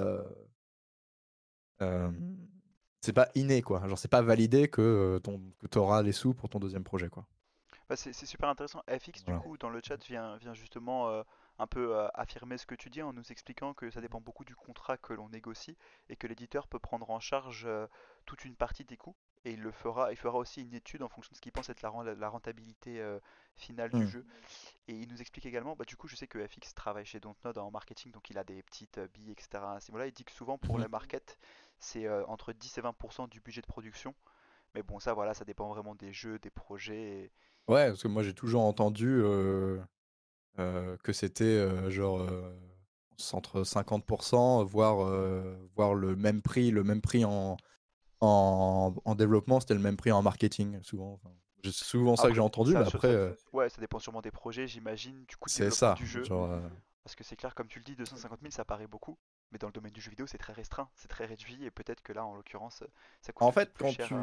hem, c'est pas inné, quoi. Genre c'est pas validé que tu auras les sous pour ton deuxième projet, quoi.
Bah, c'est super intéressant. FX, du
Voilà.
coup, dans le chat, vient justement un peu affirmer ce que tu dis en nous expliquant que ça dépend beaucoup du contrat que l'on négocie et que l'éditeur peut prendre en charge toute une partie des coûts. Et il fera aussi une étude en fonction de ce qu'il pense être la rentabilité finale du
Mmh.
jeu. Et il nous explique également, bah, du coup, je sais que FX travaille chez Dontnod en marketing, donc il a des petites billes, etc. à ce niveau-là. Il dit que souvent, pour
Mmh.
les market, c'est entre 10 et 20% du budget de production. Mais bon, ça, voilà, ça dépend vraiment des jeux, des projets.
Ouais, parce que moi j'ai toujours entendu, que c'était, entre 50 voire le même prix en développement, c'était le même prix en marketing, souvent. Enfin, c'est souvent ça que j'ai
Après,
entendu, mais après,
ouais, ça dépend sûrement des projets, j'imagine, du coût de
c'est
développement
ça.
du jeu.
Genre,
Parce que c'est clair, comme tu le dis, 250 000, ça paraît beaucoup. Mais dans le domaine du jeu vidéo, c'est très restreint, c'est très réduit. Et peut-être que là, en l'occurrence, ça coûte
en
tout de suite
fait,
plus cher.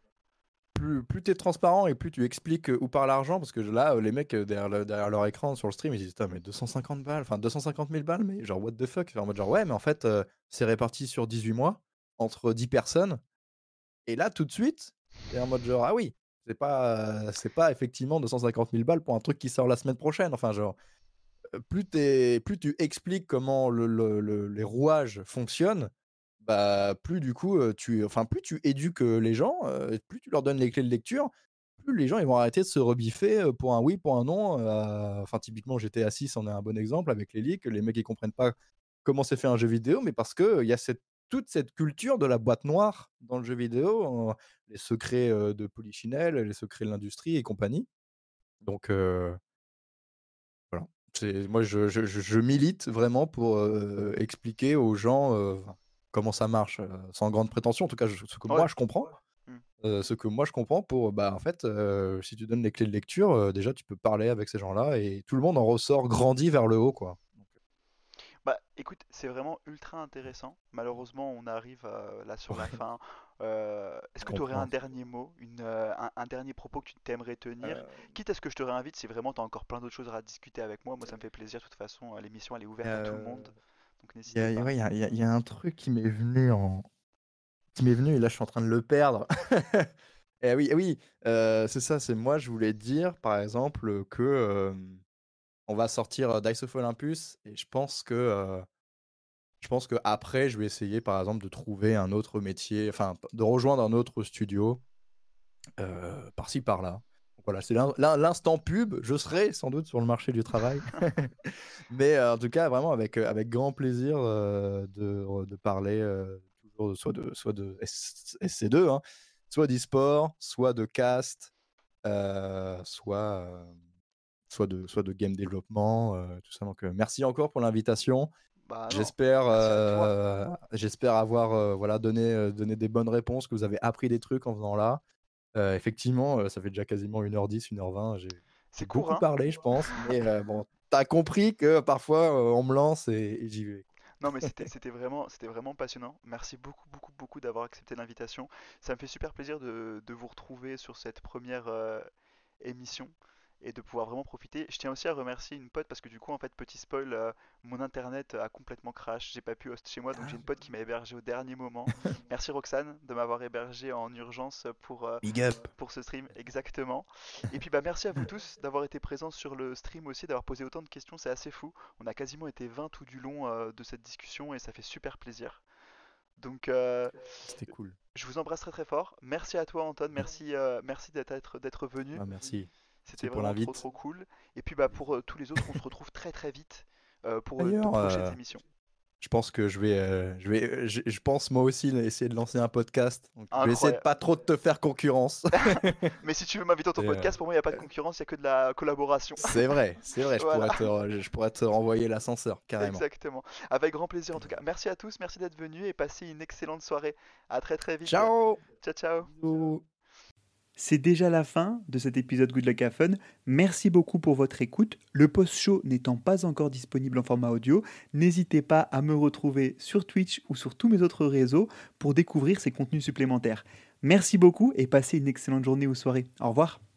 plus t'es transparent et plus tu expliques où part l'argent, parce que là, les mecs derrière leur écran sur le stream, ils disent putain, mais 250 balles, enfin 250 000 balles, mais genre what the fuck? Enfin, en mode genre, ouais, mais en fait, c'est réparti sur 18 mois, entre 10 personnes. Et là, tout de suite, c'est en mode genre, ah oui, c'est pas effectivement 250 000 balles pour un truc qui sort la semaine prochaine. Enfin, genre, plus tu expliques comment les rouages fonctionnent, bah, plus du coup, plus tu éduques les gens, plus tu leur donnes les clés de lecture, plus les gens ils vont arrêter de se rebiffer pour un oui, pour un non. Enfin, typiquement, GTA 6 en est un bon exemple avec les leaks. Les mecs ils comprennent pas comment c'est fait un jeu vidéo, mais parce que il y a toute cette culture de la boîte noire dans le jeu vidéo, les secrets de Polichinelle, les secrets de l'industrie et compagnie. Donc, voilà. Moi, je milite vraiment pour expliquer aux gens comment ça marche, sans grande prétention. En tout cas, ce que
Ouais.
moi je comprends.
Hmm.
Ce que moi je comprends pour, bah, en fait, si tu donnes les clés de lecture, déjà tu peux parler avec ces gens-là et tout le monde en ressort grandi vers le haut, quoi. Donc,
Bah, écoute, c'est vraiment ultra intéressant. Malheureusement, on arrive là sur la
ouais,
fin. Est-ce
je
que tu aurais un
comprends.
dernier mot, un dernier propos que tu t'aimerais tenir?
Euh,
Quitte à ce que je te réinvite si vraiment tu as encore plein d'autres choses à discuter avec moi. Moi, ça me fait plaisir. De toute façon, l'émission, elle est ouverte à tout le monde. Donc, n'hésitez pas.
ouais, il y a un truc qui m'est venu et là je suis en train de le perdre. Et oui, oui, c'est ça, c'est moi je voulais dire par exemple que on va sortir Dice of Olympus et je pense que après je vais essayer par exemple de trouver un autre métier, enfin de rejoindre un autre studio par-ci par-là. Donc voilà, c'est l'instant pub, je serai sans doute sur le marché du travail. Mais en tout cas, vraiment avec grand plaisir de parler toujours soit de SC2, hein, soit d'e-sport, soit de cast, soit de game développement, tout ça. Donc merci encore pour l'invitation.
Bah non,
J'espère
merci à toi.
j'espère avoir voilà, donné des bonnes réponses, que vous avez appris des trucs en faisant là. Effectivement, ça fait déjà quasiment 1h10, 1h20. J'ai
C'est court,
beaucoup
hein?
parlé, je pense, mais bon, t'as compris que parfois on me lance et j'y vais.
Non, mais c'était vraiment passionnant. Merci beaucoup, beaucoup, beaucoup d'avoir accepté l'invitation. Ça me fait super plaisir de vous retrouver sur cette première émission et de pouvoir vraiment profiter. Je tiens aussi à remercier une pote parce que du coup, en fait, petit spoil, mon internet a complètement crash. J'ai pas pu host chez moi, donc j'ai
Ah,
une pote qui m'a hébergé au dernier moment. Merci Roxane de m'avoir hébergé en urgence
big up.
pour ce stream, exactement. Et puis bah merci à vous tous d'avoir été présents sur le stream aussi, d'avoir posé autant de questions, c'est assez fou. On a quasiment été 20 tout du long de cette discussion et ça fait super plaisir. Donc
C'était cool.
je vous embrasse très très fort. Merci à toi Anton, merci d'être venu.
Ah, merci.
C'était
Merci pour
vraiment trop
l'invite.
trop cool. Et puis bah pour tous les autres, on se retrouve très très vite pour de
D'ailleurs,
prochaines émissions.
je pense que je pense moi aussi essayer de lancer un podcast. Donc, je vais essayer de
Incroyable.
pas trop te faire concurrence.
Mais si tu veux m'inviter dans ton
Et,
podcast, pour moi il n'y a pas de concurrence, il n'y a que de la collaboration.
c'est vrai, c'est vrai.
Voilà.
Je pourrais te renvoyer l'ascenseur carrément.
Exactement. Avec grand plaisir en tout cas. Merci à tous, merci d'être venus et passez une excellente soirée. À très très vite.
Ciao.
Ciao ciao.
Bisous.
C'est déjà la fin de cet épisode Good Luck Have Fun. Merci beaucoup pour votre écoute. Le post-show n'étant pas encore disponible en format audio, n'hésitez pas à me retrouver sur Twitch ou sur tous mes autres réseaux pour découvrir ces contenus supplémentaires. Merci beaucoup et passez une excellente journée ou soirée. Au revoir.